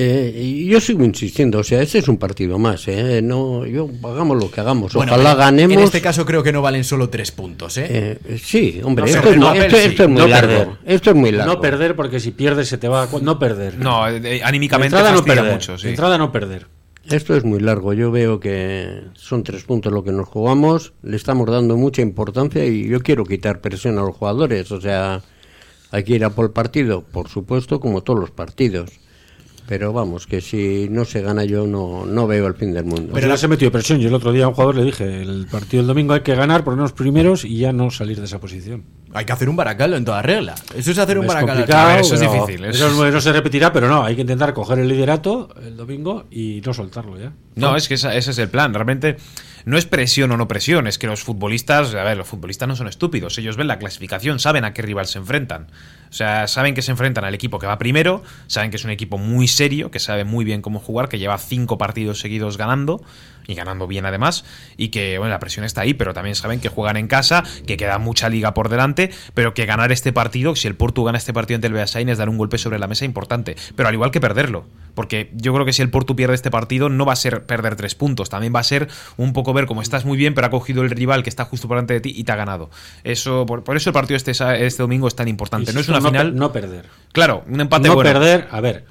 eh, yo sigo insistiendo, o sea, este es un partido más, ¿eh? No, yo hagamos lo que hagamos, bueno, ojalá ganemos. En este caso creo que no valen solo tres puntos, ¿eh? eh sí, hombre, no, esto, perder, es, no, esto, esto es muy no largo. Perder. Esto es muy largo. No perder porque si pierdes se te va a... No perder. No, eh, anímicamente de entrada fastidia no perder, mucho, sí. De entrada no perder. Esto es muy largo, yo veo que son tres puntos lo que nos jugamos, le estamos dando mucha importancia y yo quiero quitar presión a los jugadores, o sea, hay que ir a por el partido, por supuesto, como todos los partidos. Pero vamos, que si no se gana yo no, no veo el fin del mundo. Pero ya se metió presión. Yo el otro día a un jugador le dije, el partido del domingo hay que ganar, ponernos primeros y ya no salir de esa posición. Hay que hacer un baracaldo en toda regla. Eso es hacer un es baracaldo. Complicado, ver, eso es pero difícil. Eso, eso es... no se repetirá, pero no, hay que intentar coger el liderato el domingo y no soltarlo ya. No, es que esa, ese es el plan. Realmente no es presión o no presión, es que los futbolistas, a ver, los futbolistas no son estúpidos. Ellos ven la clasificación, saben a qué rival se enfrentan. O sea, saben que se enfrentan al equipo que va primero, saben que es un equipo muy serio, que sabe muy bien cómo jugar, que lleva cinco partidos seguidos ganando, y ganando bien además, y que, bueno, la presión está ahí, pero también saben que juegan en casa, que queda mucha liga por delante, pero que ganar este partido, si el Portu gana este partido ante el Beasain, es dar un golpe sobre la mesa importante, pero al igual que perderlo, porque yo creo que si el Portu pierde este partido, no va a ser perder tres puntos, también va a ser un poco ver cómo estás muy bien, pero ha cogido el rival que está justo por delante de ti y te ha ganado. Eso, por, por eso el partido este, este domingo es tan importante. No es una no final... No perder. Claro, un empate no bueno. No perder, a ver,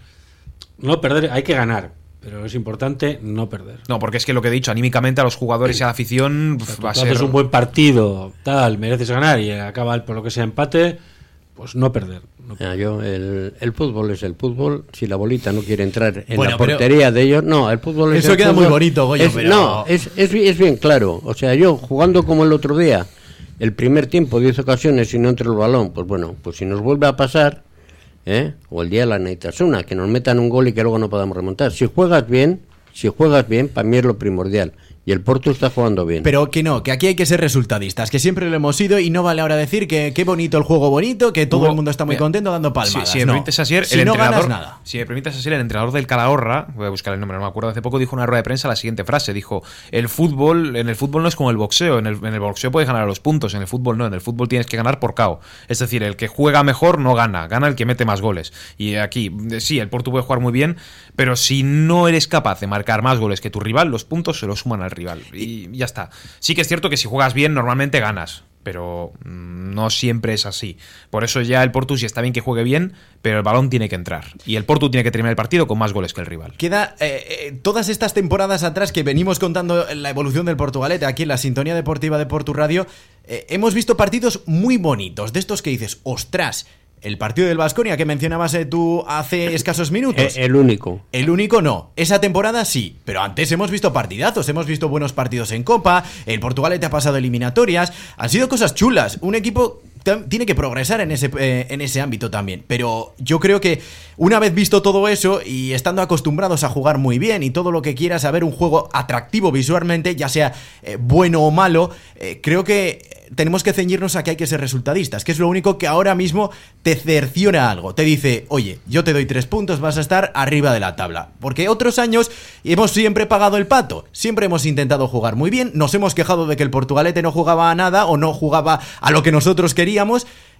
no perder, hay que ganar, pero es importante no perder. No, porque es que lo que he dicho, anímicamente a los jugadores sí. y a la afición o sea, va a tú ser... haces un buen partido, tal, mereces ganar y acaba por lo que sea empate, pues no perder. No perder. Ya, yo, el, el fútbol es el fútbol, si la bolita no quiere entrar en bueno, la portería de ellos, no, el fútbol es eso el queda fútbol, muy bonito, Goyo, es, pero... No, es, es, es bien claro, o sea, yo jugando como el otro día, el primer tiempo, diez ocasiones y no entra el balón, pues bueno, pues si nos vuelve a pasar... ¿Eh? O el día de la Neitasuna, que nos metan un gol y que luego no podamos remontar. Si juegas bien, si juegas bien, para mí es lo primordial. Y el Porto está jugando bien. Pero que no, que aquí hay que ser resultadistas, que siempre lo hemos sido y no vale ahora decir que qué bonito el juego bonito, que todo Hugo, el mundo está muy mira, contento dando palmadas. Si, si me no. permites, Asier, si el no entrenador, ganas nada. Si me permites, Asier, el entrenador del Calahorra, voy a buscar el nombre, no me acuerdo, hace poco dijo en una rueda de prensa la siguiente frase, dijo, el fútbol, en el fútbol no es como el boxeo, en el, en el boxeo puedes ganar a los puntos, en el fútbol no, en el fútbol tienes que ganar por K O. Es decir, el que juega mejor no gana, gana el que mete más goles. Y aquí, sí, el Porto puede jugar muy bien, pero si no eres capaz de marcar más goles que tu rival, los puntos se los suman al rival. Y ya está. Sí que es cierto que si juegas bien, normalmente ganas, pero no siempre es así. Por eso ya el Porto sí está bien que juegue bien, pero el balón tiene que entrar. Y el Porto tiene que terminar el partido con más goles que el rival. Queda eh, eh, todas estas temporadas atrás que venimos contando la evolución del Portugalete aquí en la sintonía deportiva de Portu Radio, eh, hemos visto partidos muy bonitos, de estos que dices, ostras... El partido del Baskonia que mencionabas eh, tú hace escasos minutos. El, el único. El único no. Esa temporada sí. Pero antes hemos visto partidazos. Hemos visto buenos partidos en Copa. El Portugalete ha pasado eliminatorias. Han sido cosas chulas. Un equipo t- tiene que progresar en ese, eh, en ese ámbito también. Pero yo creo que una vez visto todo eso y estando acostumbrados a jugar muy bien y todo lo que quieras, a ver un juego atractivo visualmente, ya sea eh, bueno o malo, eh, creo que... tenemos que ceñirnos a que hay que ser resultadistas, que es lo único que ahora mismo te cerciona algo. Te dice, oye, yo te doy tres puntos, vas a estar arriba de la tabla. Porque otros años hemos siempre pagado el pato. Siempre hemos intentado jugar muy bien. Nos hemos quejado de que el Portugalete no jugaba a nada o no jugaba a lo que nosotros queríamos.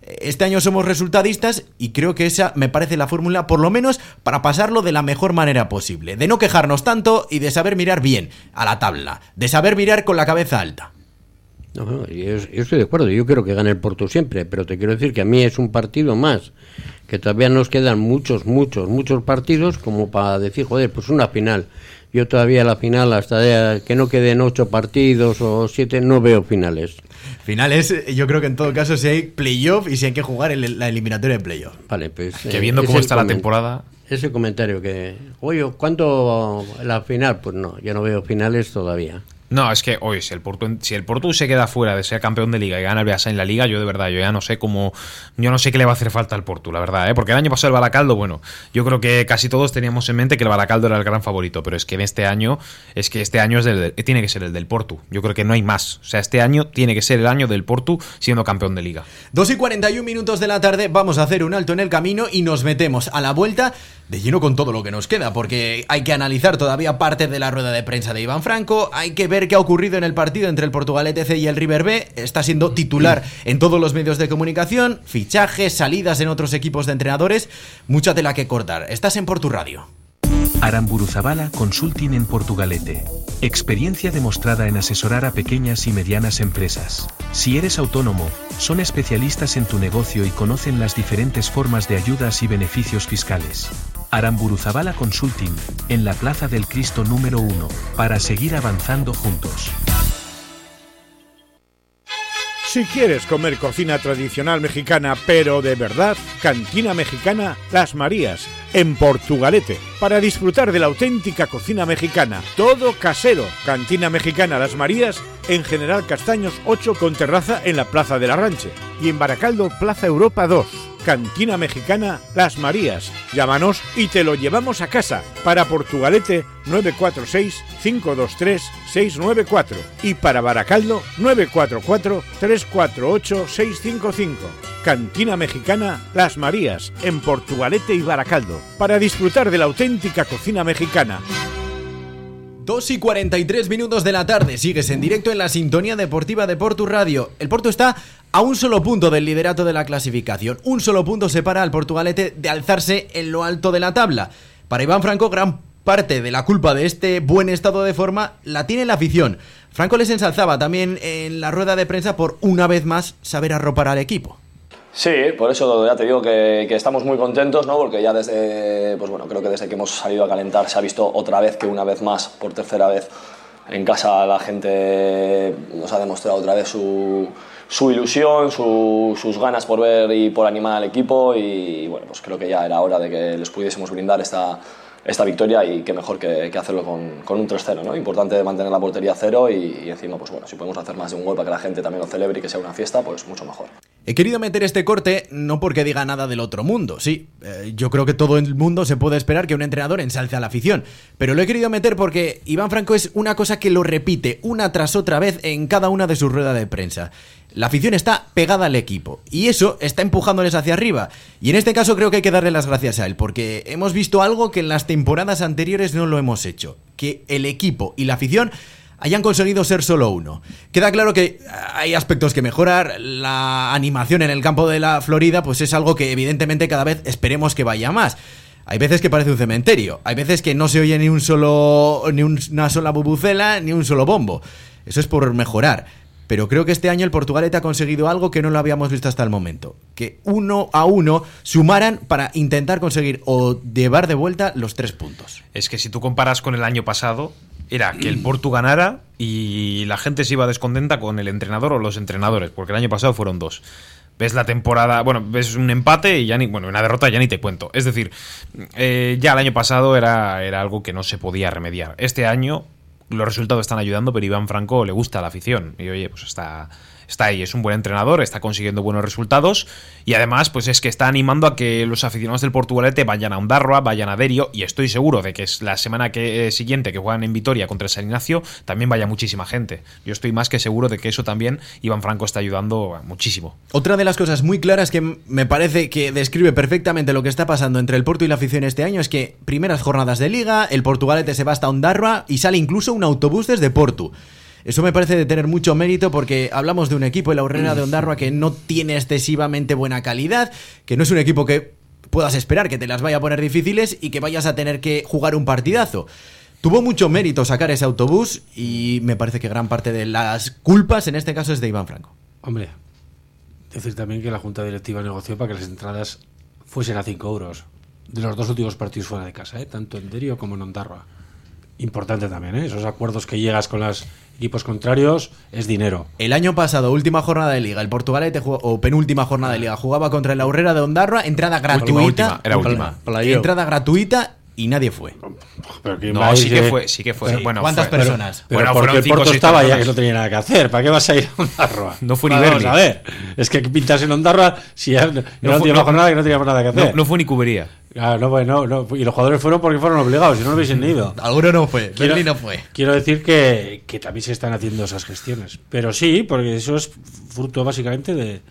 Este año somos resultadistas y creo que esa me parece la fórmula, por lo menos para pasarlo de la mejor manera posible, de no quejarnos tanto y de saber mirar bien a la tabla, de saber mirar con la cabeza alta. No, no, yo, yo estoy de acuerdo, yo quiero que gane el Porto siempre, pero te quiero decir que a mí es un partido más, que todavía nos quedan muchos, muchos, muchos partidos como para decir, joder, pues una final. Yo todavía la final, hasta que no queden ocho partidos o siete, no veo finales. Finales, yo creo que en todo caso si hay playoff y si hay que jugar en la eliminatoria de playoff. Vale, pues... Que eh, viendo cómo está la temporada... Ese comentario que, oye, ¿cuánto la final? Pues no, yo no veo finales todavía. No, es que, oye, si el Porto, si el Porto se queda fuera de ser campeón de Liga y gana el Beasa en la Liga, yo de verdad, yo ya no sé cómo, yo no sé qué le va a hacer falta al Porto, la verdad, ¿eh? Porque el año pasado el Baracaldo, bueno, yo creo que casi todos teníamos en mente que el Baracaldo era el gran favorito, pero es que en este año, es que este año es del, tiene que ser el del Porto, yo creo que no hay más, o sea, este año tiene que ser el año del Porto siendo campeón de Liga. dos y cuarenta y un minutos de la tarde, vamos a hacer un alto en el camino y nos metemos a la vuelta de lleno con todo lo que nos queda, porque hay que analizar todavía parte de la rueda de prensa de Iván Franco, hay que ver qué ha ocurrido en el partido entre el Portugalete C y el River B, está siendo titular en todos los medios de comunicación, fichajes, salidas en otros equipos de entrenadores, mucha tela que cortar. Estás en Portu Radio. Aramburuzabala Consulting en Portugalete. Experiencia demostrada en asesorar a pequeñas y medianas empresas. Si eres autónomo, son especialistas en tu negocio y conocen las diferentes formas de ayudas y beneficios fiscales. Aramburuzabala Consulting, en la Plaza del Cristo número uno, para seguir avanzando juntos. Si quieres comer cocina tradicional mexicana, pero de verdad, Cantina Mexicana Las Marías, en Portugalete, para disfrutar de la auténtica cocina mexicana, todo casero. Cantina Mexicana Las Marías, en General Castaños ocho con terraza en la Plaza del Arranche, y en Baracaldo, Plaza Europa dos. Cantina Mexicana Las Marías. Llámanos y te lo llevamos a casa. Para Portugalete, nueve cuatro seis, cinco dos tres, seis nueve cuatro. Y para Baracaldo, nueve cuatro cuatro, tres cuatro ocho, seis cinco cinco. Cantina Mexicana Las Marías, en Portugalete y Baracaldo, para disfrutar de la auténtica cocina mexicana. dos y cuarenta y tres minutos de la tarde, sigues en directo en la sintonía deportiva de Portu Radio. El Porto está a un solo punto del liderato de la clasificación. Un solo punto separa al Portugalete de alzarse en lo alto de la tabla. Para Iván Franco, gran parte de la culpa de este buen estado de forma la tiene la afición. Franco les ensalzaba también en la rueda de prensa por una vez más saber arropar al equipo. Sí, por eso ya te digo que, que estamos muy contentos, ¿no? Porque ya desde, pues bueno, creo que desde que hemos salido a calentar se ha visto otra vez que una vez más, por tercera vez en casa, la gente nos ha demostrado otra vez su, su ilusión, su, sus ganas por ver y por animar al equipo, y bueno, pues creo que ya era hora de que les pudiésemos brindar esta, esta victoria, y qué mejor que, que hacerlo con, con un tres cero, ¿no? Importante mantener la portería cero y, y encima, pues bueno, si podemos hacer más de un gol para que la gente también lo celebre y que sea una fiesta, pues mucho mejor. He querido meter este corte no porque diga nada del otro mundo, sí, eh, yo creo que todo el mundo se puede esperar que un entrenador ensalce a la afición, pero lo he querido meter porque Iván Franco es una cosa que lo repite una tras otra vez en cada una de sus ruedas de prensa. La afición está pegada al equipo y eso está empujándoles hacia arriba, y en este caso creo que hay que darle las gracias a él, porque hemos visto algo que en las temporadas anteriores no lo hemos hecho, que el equipo y la afición hayan conseguido ser solo uno. Queda claro que hay aspectos que mejorar. La animación en el campo de la Florida pues es algo que evidentemente cada vez esperemos que vaya más. Hay veces que parece un cementerio, hay veces que no se oye ni un solo ni una sola bubucela ni un solo bombo. Eso es por mejorar. Pero creo que este año el Portugalete ha conseguido algo que no lo habíamos visto hasta el momento. Que uno a uno sumaran para intentar conseguir o llevar de vuelta los tres puntos. Es que si tú comparas con el año pasado, era que el Porto ganara y la gente se iba descontenta con el entrenador o los entrenadores, porque el año pasado fueron dos. Ves la temporada, bueno, ves un empate y ya ni, bueno, una derrota ya ni te cuento. Es decir, eh, ya el año pasado era, era algo que no se podía remediar. Este año los resultados están ayudando, pero Iván Franco le gusta a la afición. Y oye, pues está, está ahí, es un buen entrenador, está consiguiendo buenos resultados. Y además, pues es que está animando a que los aficionados del Portugalete vayan a Ondarroa, vayan a Derio. Y estoy seguro de que es la semana que, eh, siguiente que juegan en Vitoria contra el San Ignacio, también vaya muchísima gente. Yo estoy más que seguro de que eso también Iván Franco está ayudando muchísimo. Otra de las cosas muy claras que me parece que describe perfectamente lo que está pasando entre el Porto y la afición este año es que primeras jornadas de Liga, el Portugalete se va hasta Ondarroa y sale incluso un autobús desde Porto. Eso me parece de tener mucho mérito porque hablamos de un equipo, el Aurrera de Ondarroa, que no tiene excesivamente buena calidad, que no es un equipo que puedas esperar que te las vaya a poner difíciles y que vayas a tener que jugar un partidazo. Tuvo mucho mérito sacar ese autobús y me parece que gran parte de las culpas en este caso es de Iván Franco. Hombre, decir también que la Junta Directiva negoció para que las entradas fuesen a cinco euros de los dos últimos partidos fuera de casa, ¿eh? Tanto en Derio como en Ondarroa. Importante también, ¿eh? Esos acuerdos que llegas con los equipos contrarios es dinero. El año pasado, última jornada de Liga, el Portugalete jugó, o penúltima jornada de Liga, jugaba contra el Aurrera de Ondarroa, entrada gratuita. Última, última, era última. Entrada gratuita y nadie fue. Pero no, sí que fue, sí que fue. Pero, bueno, ¿cuántas fue, personas? Pero, bueno, pero porque el Porto estaba personas. ya que no tenía nada que hacer. ¿Para qué vas a ir a Ondarroa? No fue ni Vamos Berni. a ver. Es que pintas en Ondarroa si ya no, No no fue- última no- jornada que no teníamos nada que hacer. No, no fue ni cubería. Claro, no, bueno, no, y los jugadores fueron porque fueron obligados, si no, no hubiesen ido. Alguno no fue, Quiero- Berni no fue. Quiero decir que, que también se están haciendo esas gestiones. Pero sí, porque eso es fruto básicamente de,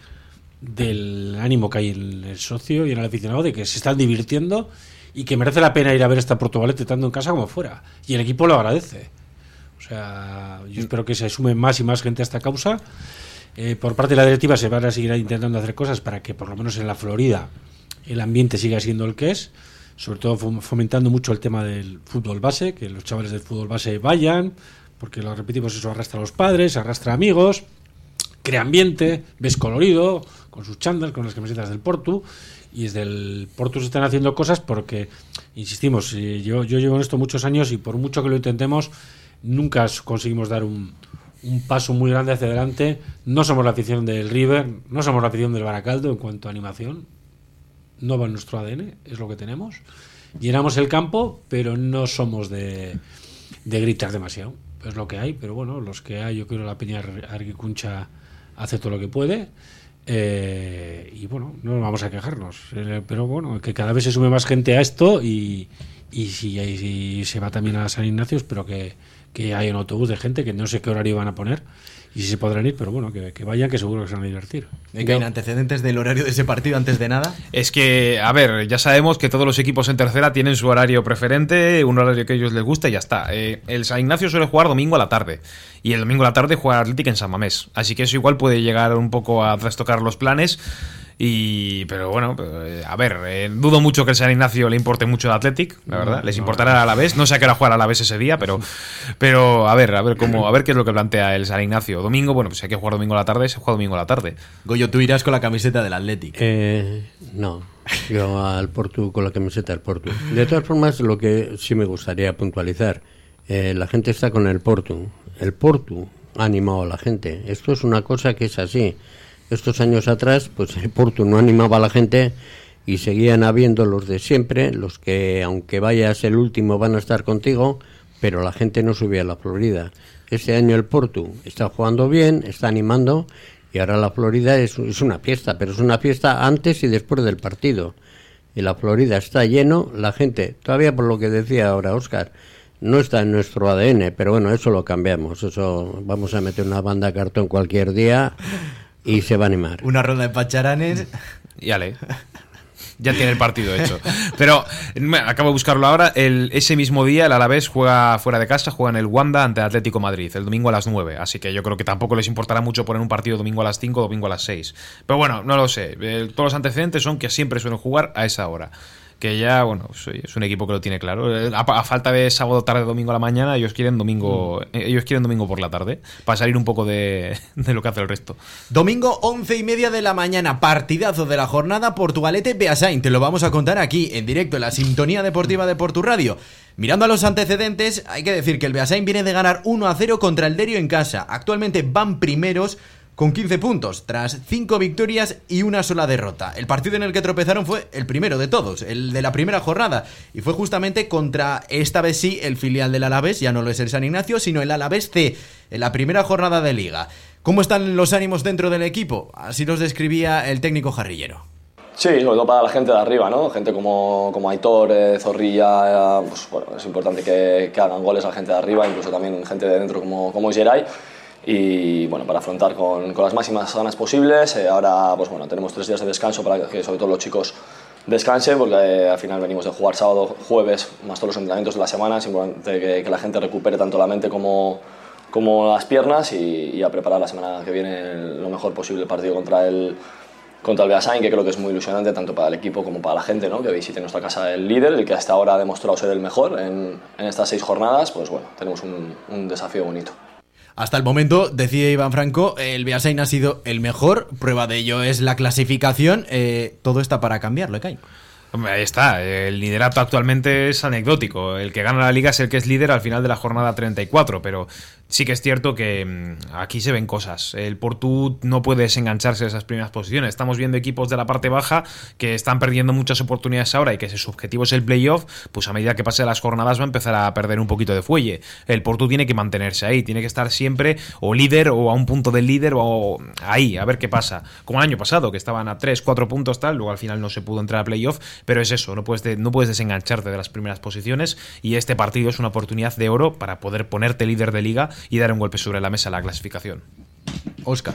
del ánimo que hay en el socio y en el aficionado, de que se están divirtiendo y que merece la pena ir a ver esta Portugalete tanto en casa como fuera. Y el equipo lo agradece. O sea, yo espero que se sume más y más gente a esta causa. Eh, por parte de la directiva se van a seguir intentando hacer cosas para que por lo menos en la Florida el ambiente siga siendo el que es, sobre todo fom- fomentando mucho el tema del fútbol base, que los chavales del fútbol base vayan, porque lo repetimos, eso arrastra a los padres, arrastra a amigos, crea ambiente, ves colorido, con sus chándal, con las camisetas del Portu, y desde el Portu se están haciendo cosas porque, insistimos, eh, yo, yo llevo en esto muchos años y por mucho que lo intentemos, nunca conseguimos dar un, un paso muy grande hacia adelante. No somos la afición del River, no somos la afición del Baracaldo en cuanto a animación. No va en nuestro A D N, es lo que tenemos. Llenamos el campo, pero no somos de, de gritar demasiado. Es lo que hay, pero bueno, los que hay, yo creo que la Peña Arguicuncha hace todo lo que puede. Eh, y bueno, no vamos a quejarnos. Eh, pero bueno, que cada vez se sume más gente a esto y, y si, y si se va también a San Ignacio, espero que, que haya un autobús de gente que no sé qué horario van a poner y si se podrán ir, pero bueno, que, que vayan, que seguro que se van a divertir. Venga, ¿hay antecedentes del horario de ese partido antes de nada? Es que, a ver, ya sabemos que todos los equipos en tercera tienen su horario preferente, un horario que a ellos les gusta y ya está. Eh, el San Ignacio suele jugar domingo a la tarde y el domingo a la tarde juega Athletic en San Mamés. Así que eso igual puede llegar un poco a trastocar los planes. Y, pero bueno, eh, a ver, eh, dudo mucho que el San Ignacio le importe mucho el Athletic, la verdad. No, Les no, importará a la vez. No sé a qué hora jugar a la vez ese día, pero, pero a ver, a ver cómo, a ver qué es lo que plantea el San Ignacio. Domingo, bueno, pues si hay que jugar domingo a la tarde, se juega domingo a la tarde. Goyo, tú irás con la camiseta del Athletic. Eh, no, yo al Portu con la camiseta del Portu. De todas formas, lo que sí me gustaría puntualizar, eh, la gente está con el Portu. El Portu ha animado a la gente. Esto es una cosa que es así. Estos años atrás, pues el Portu no animaba a la gente y seguían habiendo los de siempre, los que aunque vayas el último van a estar contigo, pero la gente no subía a la Florida. Este año el Portu está jugando bien, está animando y ahora la Florida es, es una fiesta, pero es una fiesta antes y después del partido. Y la Florida está lleno, la gente, todavía por lo que decía ahora Óscar, no está en nuestro A D N, pero bueno, eso lo cambiamos, eso vamos a meter una banda de cartón cualquier día y se va a animar. Una ronda de pacharanes. Y ale. Ya tiene el partido hecho. Pero me- acabo de buscarlo ahora. El, ese mismo día el Alavés juega fuera de casa, juega en el Wanda ante Atlético Madrid, el domingo a las nueve. Así que yo creo que tampoco les importará mucho poner un partido domingo a las cinco o domingo a las seis. Pero bueno, no lo sé. Eh, todos los antecedentes son que siempre suelen jugar a esa hora. Que ya, bueno, pues, oye, es un equipo que lo tiene claro. Eh, A, a falta de sábado tarde, domingo a la mañana, ellos quieren domingo, eh, ellos quieren domingo por la tarde, para salir un poco de, de lo que hace el resto. Domingo, once y media de la mañana, partidazo de la jornada, Portugalete Beasain. Te lo vamos a contar aquí, en directo, en la sintonía deportiva de Portu Radio. Mirando a los antecedentes, hay que decir que el Beasain viene de ganar uno a cero contra el Derio en casa. Actualmente van primeros con quince puntos, tras cinco victorias y una sola derrota. El partido en el que tropezaron fue el primero de todos, el de la primera jornada, y fue justamente contra, esta vez sí, el filial del Alavés, ya no lo es el San Ignacio, sino el Alavés C, en la primera jornada de Liga. ¿Cómo están los ánimos dentro del equipo? Así los describía el técnico jarrillero. Sí, sobre todo para la gente de arriba, ¿no? Gente como, como Aitor, eh, Zorrilla, eh, pues, bueno, es importante que, que hagan goles a la gente de arriba, incluso también gente de dentro como, como Geray. Y bueno, para afrontar con, con las máximas ganas posibles. Eh, ahora pues bueno, tenemos tres días de descanso para que sobre todo los chicos descansen, porque eh, al final venimos de jugar sábado, jueves, más todos los entrenamientos de la semana. Es importante que, que la gente recupere tanto la mente como, como las piernas y, y a preparar la semana que viene el, lo mejor posible el partido contra el, contra el Beasain, que creo que es muy ilusionante tanto para el equipo como para la gente, ¿no? Que visite nuestra casa el líder, el que hasta ahora ha demostrado ser el mejor en, en estas seis jornadas. Pues bueno, tenemos un, un desafío bonito. Hasta el momento, decía Iván Franco, el Beasain ha sido el mejor, prueba de ello es la clasificación, eh, todo está para cambiarlo, Kai. Hombre, ahí está, el liderato actualmente es anecdótico, el que gana la liga es el que es líder al final de la jornada treinta y cuatro, pero sí que es cierto que mmm, aquí se ven cosas, el Portu no puede desengancharse de esas primeras posiciones, estamos viendo equipos de la parte baja que están perdiendo muchas oportunidades ahora y que si su objetivo es el playoff, pues a medida que pase las jornadas va a empezar a perder un poquito de fuelle, el Portu tiene que mantenerse ahí, tiene que estar siempre o líder o a un punto del líder o ahí, a ver qué pasa, como el año pasado que estaban a tres, cuatro puntos tal, luego al final no se pudo entrar a playoff. Pero es eso, no puedes, de, no puedes desengancharte de las primeras posiciones y este partido es una oportunidad de oro para poder ponerte líder de liga y dar un golpe sobre la mesa a la clasificación. Óscar.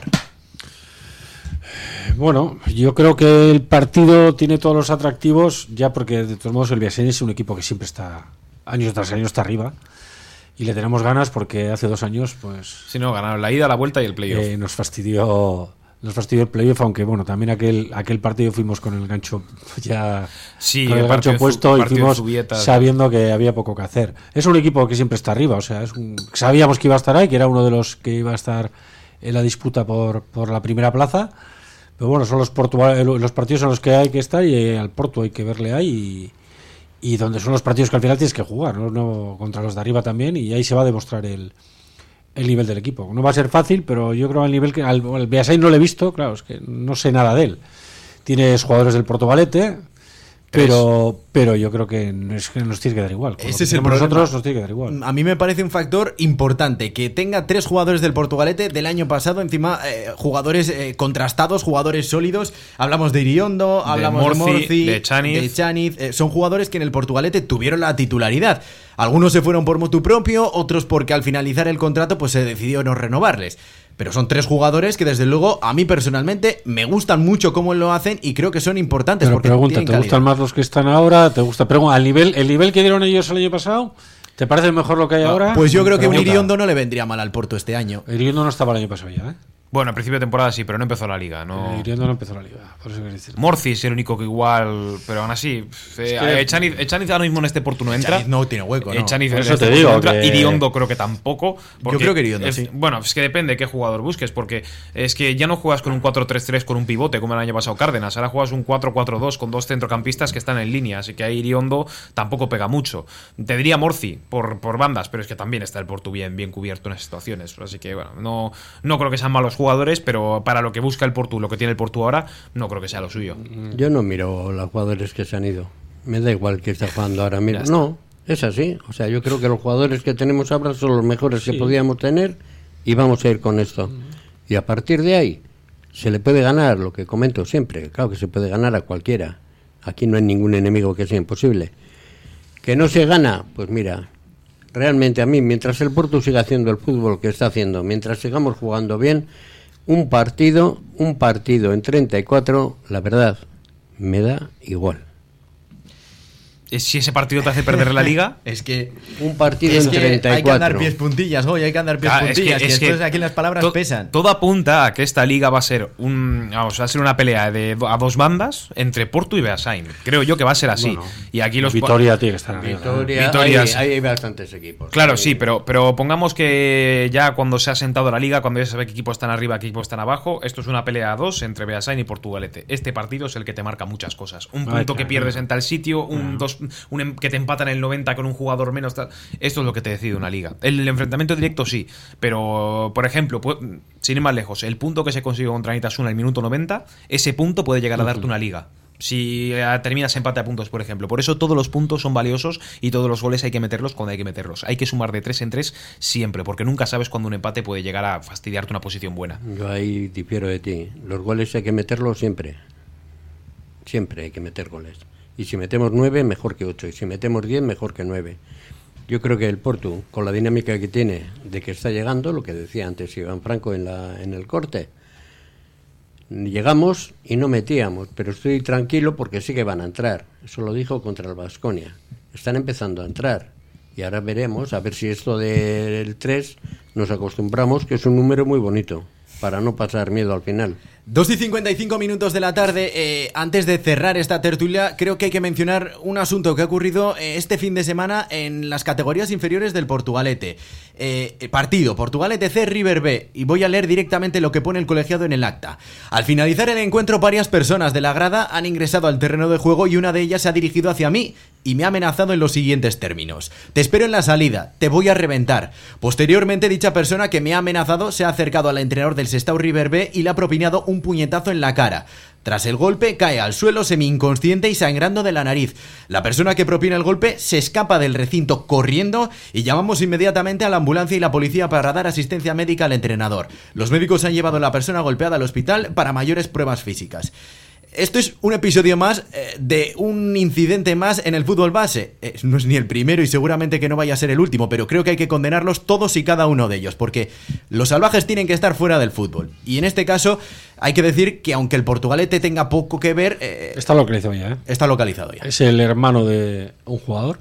Bueno, yo creo que el partido tiene todos los atractivos, ya porque de todos modos el Beasain es un equipo que siempre está, años tras años está arriba y le tenemos ganas porque hace dos años pues... Si no, ganaron la ida, la vuelta y el playoff. Eh, nos fastidió... Nos fastidió el playoff, aunque bueno, también aquel aquel partido fuimos con el gancho ya sí, con el, el gancho puesto y fuimos sabiendo que había poco que hacer. Es un equipo que siempre está arriba, o sea, es un, sabíamos que iba a estar ahí, que era uno de los que iba a estar en la disputa por, por la primera plaza, pero bueno, son los, Portu, los partidos en los que hay que estar y al Porto hay que verle ahí y, y donde son los partidos que al final tienes que jugar, ¿no? No, contra los de arriba también, y ahí se va a demostrar el el nivel del equipo. No va a ser fácil, pero yo creo al nivel que al, al Beasain no lo he visto, claro, es que no sé nada de él. Tienes jugadores del Portugalete, pero pero yo creo que, es que nos tiene que dar igual. Con Ese es el problema. Nosotros nos tiene que dar igual. A mí me parece un factor importante que tenga tres jugadores del Portugalete del año pasado, encima eh, jugadores eh, contrastados, jugadores sólidos. Hablamos de Iriondo, de hablamos Morci, de Morci, de Chaniz. de Chaniz. Eh, son jugadores que en el Portugalete tuvieron la titularidad. Algunos se fueron por motu propio, otros porque al finalizar el contrato pues se decidió no renovarles. Pero son tres jugadores que desde luego a mí personalmente me gustan mucho cómo lo hacen y creo que son importantes. Pero porque pregunta, ¿te calidad. gustan más los que están ahora? ¿Te gusta? Pregunta, ¿al nivel, el nivel que dieron ellos el año pasado? ¿Te parece mejor lo que hay Ah, ahora? Pues yo creo que un Pregunta. Iriondo no le vendría mal al Porto este año. Iriondo no estaba el año pasado ya, ¿eh? Bueno, al principio de temporada sí, pero no empezó la liga. No... Iriondo no empezó la liga, por eso quería decir. Morci es el único que igual, pero aún así, eh, que- Echaniz, Echaniz ahora mismo en este Porto no entra. Chaniz no tiene hueco, ¿no? Echaniz Por en eso este te Porto digo no entra. que- Iriondo creo que tampoco. porque creo que Iriondo, es- sí. Bueno, es que depende de qué jugador busques, porque es que ya no juegas con un cuatro tres tres con un pivote como el año pasado Cárdenas, ahora juegas un cuatro cuatro dos con dos centrocampistas que están en línea, así que ahí Iriondo tampoco pega mucho. Te diría Morci por, por bandas, pero es que también está el Porto bien, bien cubierto en esas situaciones, así que bueno, no, no creo que sean malos jugadores, pero para lo que busca el Porto, lo que tiene el Porto ahora, no creo que sea lo suyo. Yo no miro los jugadores que se han ido. Me da igual que está jugando ahora mismo. Ya está. No, es así. O sea, yo creo que los jugadores que tenemos ahora son los mejores que podíamos tener y vamos a ir con esto. Y a partir de ahí se le puede ganar, lo que comento siempre. Claro que se puede ganar a cualquiera. Aquí no hay ningún enemigo que sea imposible. ¿Que no se gana? Pues mira, realmente a mí, mientras el Porto siga haciendo el fútbol que está haciendo, mientras sigamos jugando bien, un partido, un partido en treinta y cuatro, la verdad, me da igual. Si ese partido te hace perder la liga, Es que, Un partido es en que treinta y hay que andar cuatro. pies puntillas, hoy hay que andar pies claro, es que, puntillas, que, es que después aquí las palabras to- pesan. todo apunta a que esta liga va a ser un, vamos, va a ser una pelea de do- a dos bandas entre Porto y Beasain. Creo yo que va a ser así. Bueno, y aquí los Vitoria tiene que estar arriba. Vitoria, Vitoria, hay, sí. hay bastantes equipos. Claro, Hay- sí, pero, pero pongamos que ya cuando se ha sentado la liga, cuando ya se sabe qué equipos están arriba, qué equipos están abajo, esto es una pelea a dos entre Beasain y Portugalete. Este partido es el que te marca muchas cosas. Un Ay, punto que claro. pierdes en tal sitio, un dos, un em- que te empatan en el noventa con un jugador menos. Tal. Esto es lo que te decide una liga. El enfrentamiento directo sí, pero por ejemplo, pu- sin ir más lejos, el punto que se consigue contra Nitasuna en el minuto noventa, ese punto puede llegar a darte una liga. Si eh, terminas empate a puntos, por ejemplo. Por eso todos los puntos son valiosos y todos los goles hay que meterlos cuando hay que meterlos. Hay que sumar de tres en tres siempre, porque nunca sabes cuándo un empate puede llegar a fastidiarte una posición buena. Yo ahí difiero de ti. Los goles hay que meterlos siempre. Siempre hay que meter goles. Y si metemos nueve, mejor que ocho. Y si metemos diez, mejor que nueve. Yo creo que el Porto, con la dinámica que tiene de que está llegando, lo que decía antes Iván Franco en, la, en el corte, llegamos y no metíamos, pero estoy tranquilo porque sí que van a entrar. Eso lo dijo contra el Baskonia. Están empezando a entrar. Y ahora veremos, a ver si esto del tres nos acostumbramos que es un número muy bonito, para no pasar miedo al final. dos y cincuenta y cinco minutos de la tarde. eh, Antes de cerrar esta tertulia, creo que hay que mencionar un asunto que ha ocurrido eh, este fin de semana en las categorías inferiores del Portugalete. eh, Partido Portugalete C, River B. Y voy a leer directamente lo que pone el colegiado en el acta. Al finalizar el encuentro, varias personas de la grada han ingresado al terreno de juego y una de ellas se ha dirigido hacia mí y me ha amenazado en los siguientes términos: te espero en la salida, te voy a reventar. Posteriormente, dicha persona que me ha amenazado se ha acercado al entrenador del Sestao River B y le ha propinado un puñetazo en la cara. Tras el golpe, cae al suelo semi-inconsciente y sangrando de la nariz. La persona que propina el golpe se escapa del recinto corriendo y llamamos inmediatamente a la ambulancia y la policía para dar asistencia médica al entrenador. Los médicos han llevado a la persona golpeada al hospital para mayores pruebas físicas. Esto es un episodio más eh, de un incidente más en el fútbol base. Eh, no es ni el primero y seguramente que no vaya a ser el último, pero creo que hay que condenarlos todos y cada uno de ellos, porque los salvajes tienen que estar fuera del fútbol. Y en este caso hay que decir que aunque el Portugalete tenga poco que ver... Eh, está localizado ya, ¿eh? Está localizado ya. Es el hermano de un jugador.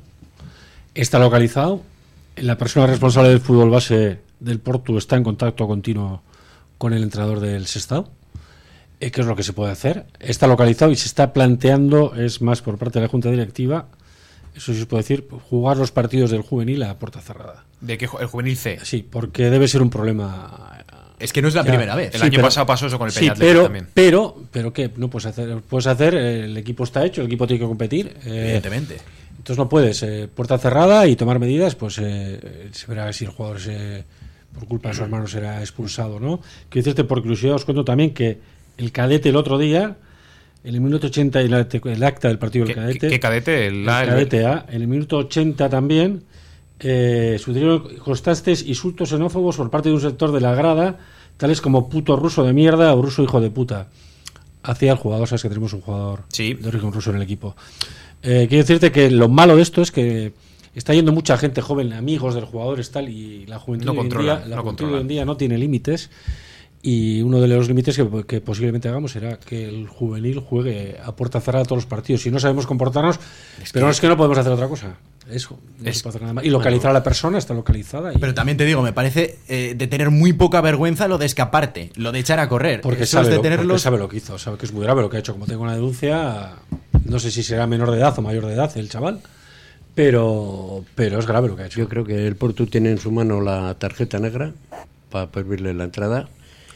Está localizado. La persona responsable del fútbol base del Porto está en contacto continuo con el entrenador del Sestao. ¿Qué es lo que se puede hacer? Está localizado y se está planteando, es más por parte de la Junta Directiva, eso sí se puede decir, jugar los partidos del juvenil a puerta cerrada. ¿De qué? ¿El juvenil C? Sí, porque debe ser un problema. Es que no es la ya, primera vez. El sí, año pero, pasado pasó eso con el sí, Peñatleti pero, también. Pero, pero ¿qué? No puedes hacer. Puedes hacer, el equipo está hecho, el equipo tiene que competir. Evidentemente. Eh, entonces no puedes, eh, puerta cerrada y tomar medidas, pues eh, se verá si el jugador se, por culpa de su hermano será expulsado, ¿no? Quiero decirte, por curiosidad, os cuento también que el cadete el otro día, en el minuto ochenta, el, el acta del partido del ¿Qué, cadete. ¿Qué cadete? El, el cadete A, en el minuto ochenta también, eh, sufrieron constantes insultos xenófobos por parte de un sector de la grada, tales como puto ruso de mierda o ruso hijo de puta, hacia el jugador. Sabes que tenemos un jugador sí. de origen ruso en el equipo. Eh, quiero decirte que lo malo de esto es que está yendo mucha gente joven, amigos del jugador, tal, y la juventud, no hoy, controla, en día, la no juventud controla. hoy en día no tiene límites. Y uno de los límites que, que posiblemente hagamos será que el juvenil juegue a puerta cerrada todos los partidos. Si no sabemos comportarnos, es pero que, es que no podemos hacer otra cosa. Eso, no es, se puede hacer nada más. Y localizar bueno, a la persona, está localizada. Y... Pero también te digo, me parece eh, de tener muy poca vergüenza lo de escaparte, lo de echar a correr. Porque sabe, de lo, tenerlos... porque sabe lo que hizo, sabe que es muy grave lo que ha hecho. Como tengo una denuncia, no sé si será menor de edad o mayor de edad el chaval, pero, pero es grave lo que ha hecho. Yo creo que el Porto tiene en su mano la tarjeta negra para prohibirle la entrada.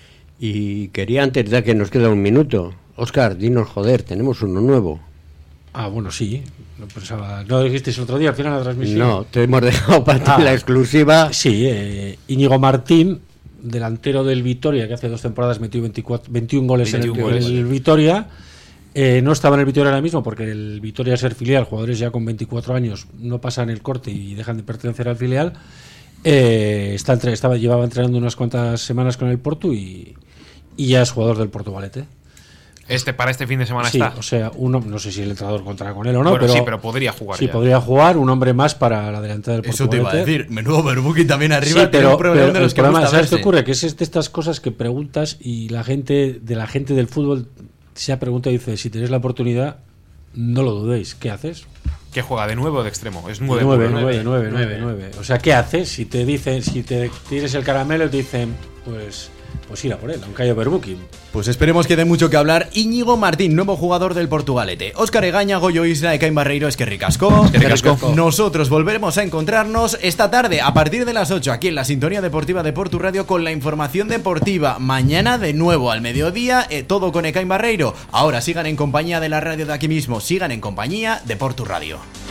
Y quería, antes de que nos queda un minuto, Óscar, dinos, joder, tenemos uno nuevo. Ah, bueno, sí. No, pensaba, ¿no dijisteis el otro día al final de la transmisión? No, te hemos dejado para ti ah, la exclusiva. Sí, eh, Íñigo Martín, delantero del Vitoria, que hace dos temporadas metió veinticuatro, veintiún goles veintiún en el, goles. el Vitoria. Eh, no estaba en el Vitoria ahora mismo porque el Vitoria, al ser filial, jugadores ya con veinticuatro años no pasan el corte y dejan de pertenecer al filial. Eh, está entre, estaba, llevaba entrenando unas cuantas semanas con el Porto y, y ya es jugador del Portugalete. Este para este fin de semana sí, está. O sea, uno, no sé si el entrenador contará con él o no, bueno, pero sí, pero podría jugar. Sí, ya. podría jugar, un hombre más para la delantera del Portugalete. Eso te iba a decir, menudo Berbuki también arriba. Sí, pero, un problema pero de los el que problema, ¿sabes verse? qué ocurre? Que es de estas cosas que preguntas y la gente de la gente del fútbol se ha preguntado y dice, si tenéis la oportunidad, no lo dudéis, ¿qué haces? ¿Qué juega? ¿De nueve o de extremo? Es nueve. nueve, nueve, nueve, nueve, nueve. O sea, ¿qué haces? Si te dicen, si te tienes el caramelo y te dicen, pues, pues ir a por él, aunque haya overbooking. Pues esperemos que dé mucho que hablar. Íñigo Martín, nuevo jugador del Portugalete. Óscar Egaña, Goyo Isla, Ekain Barreiro, es que ricasco. Es que ricasco. Nosotros volveremos a encontrarnos esta tarde a partir de las ocho aquí en la Sintonía Deportiva de Portu Radio con la información deportiva. Mañana de nuevo al mediodía, eh, todo con Ekain Barreiro. Ahora sigan en compañía de la radio de aquí mismo, sigan en compañía de Portu Radio.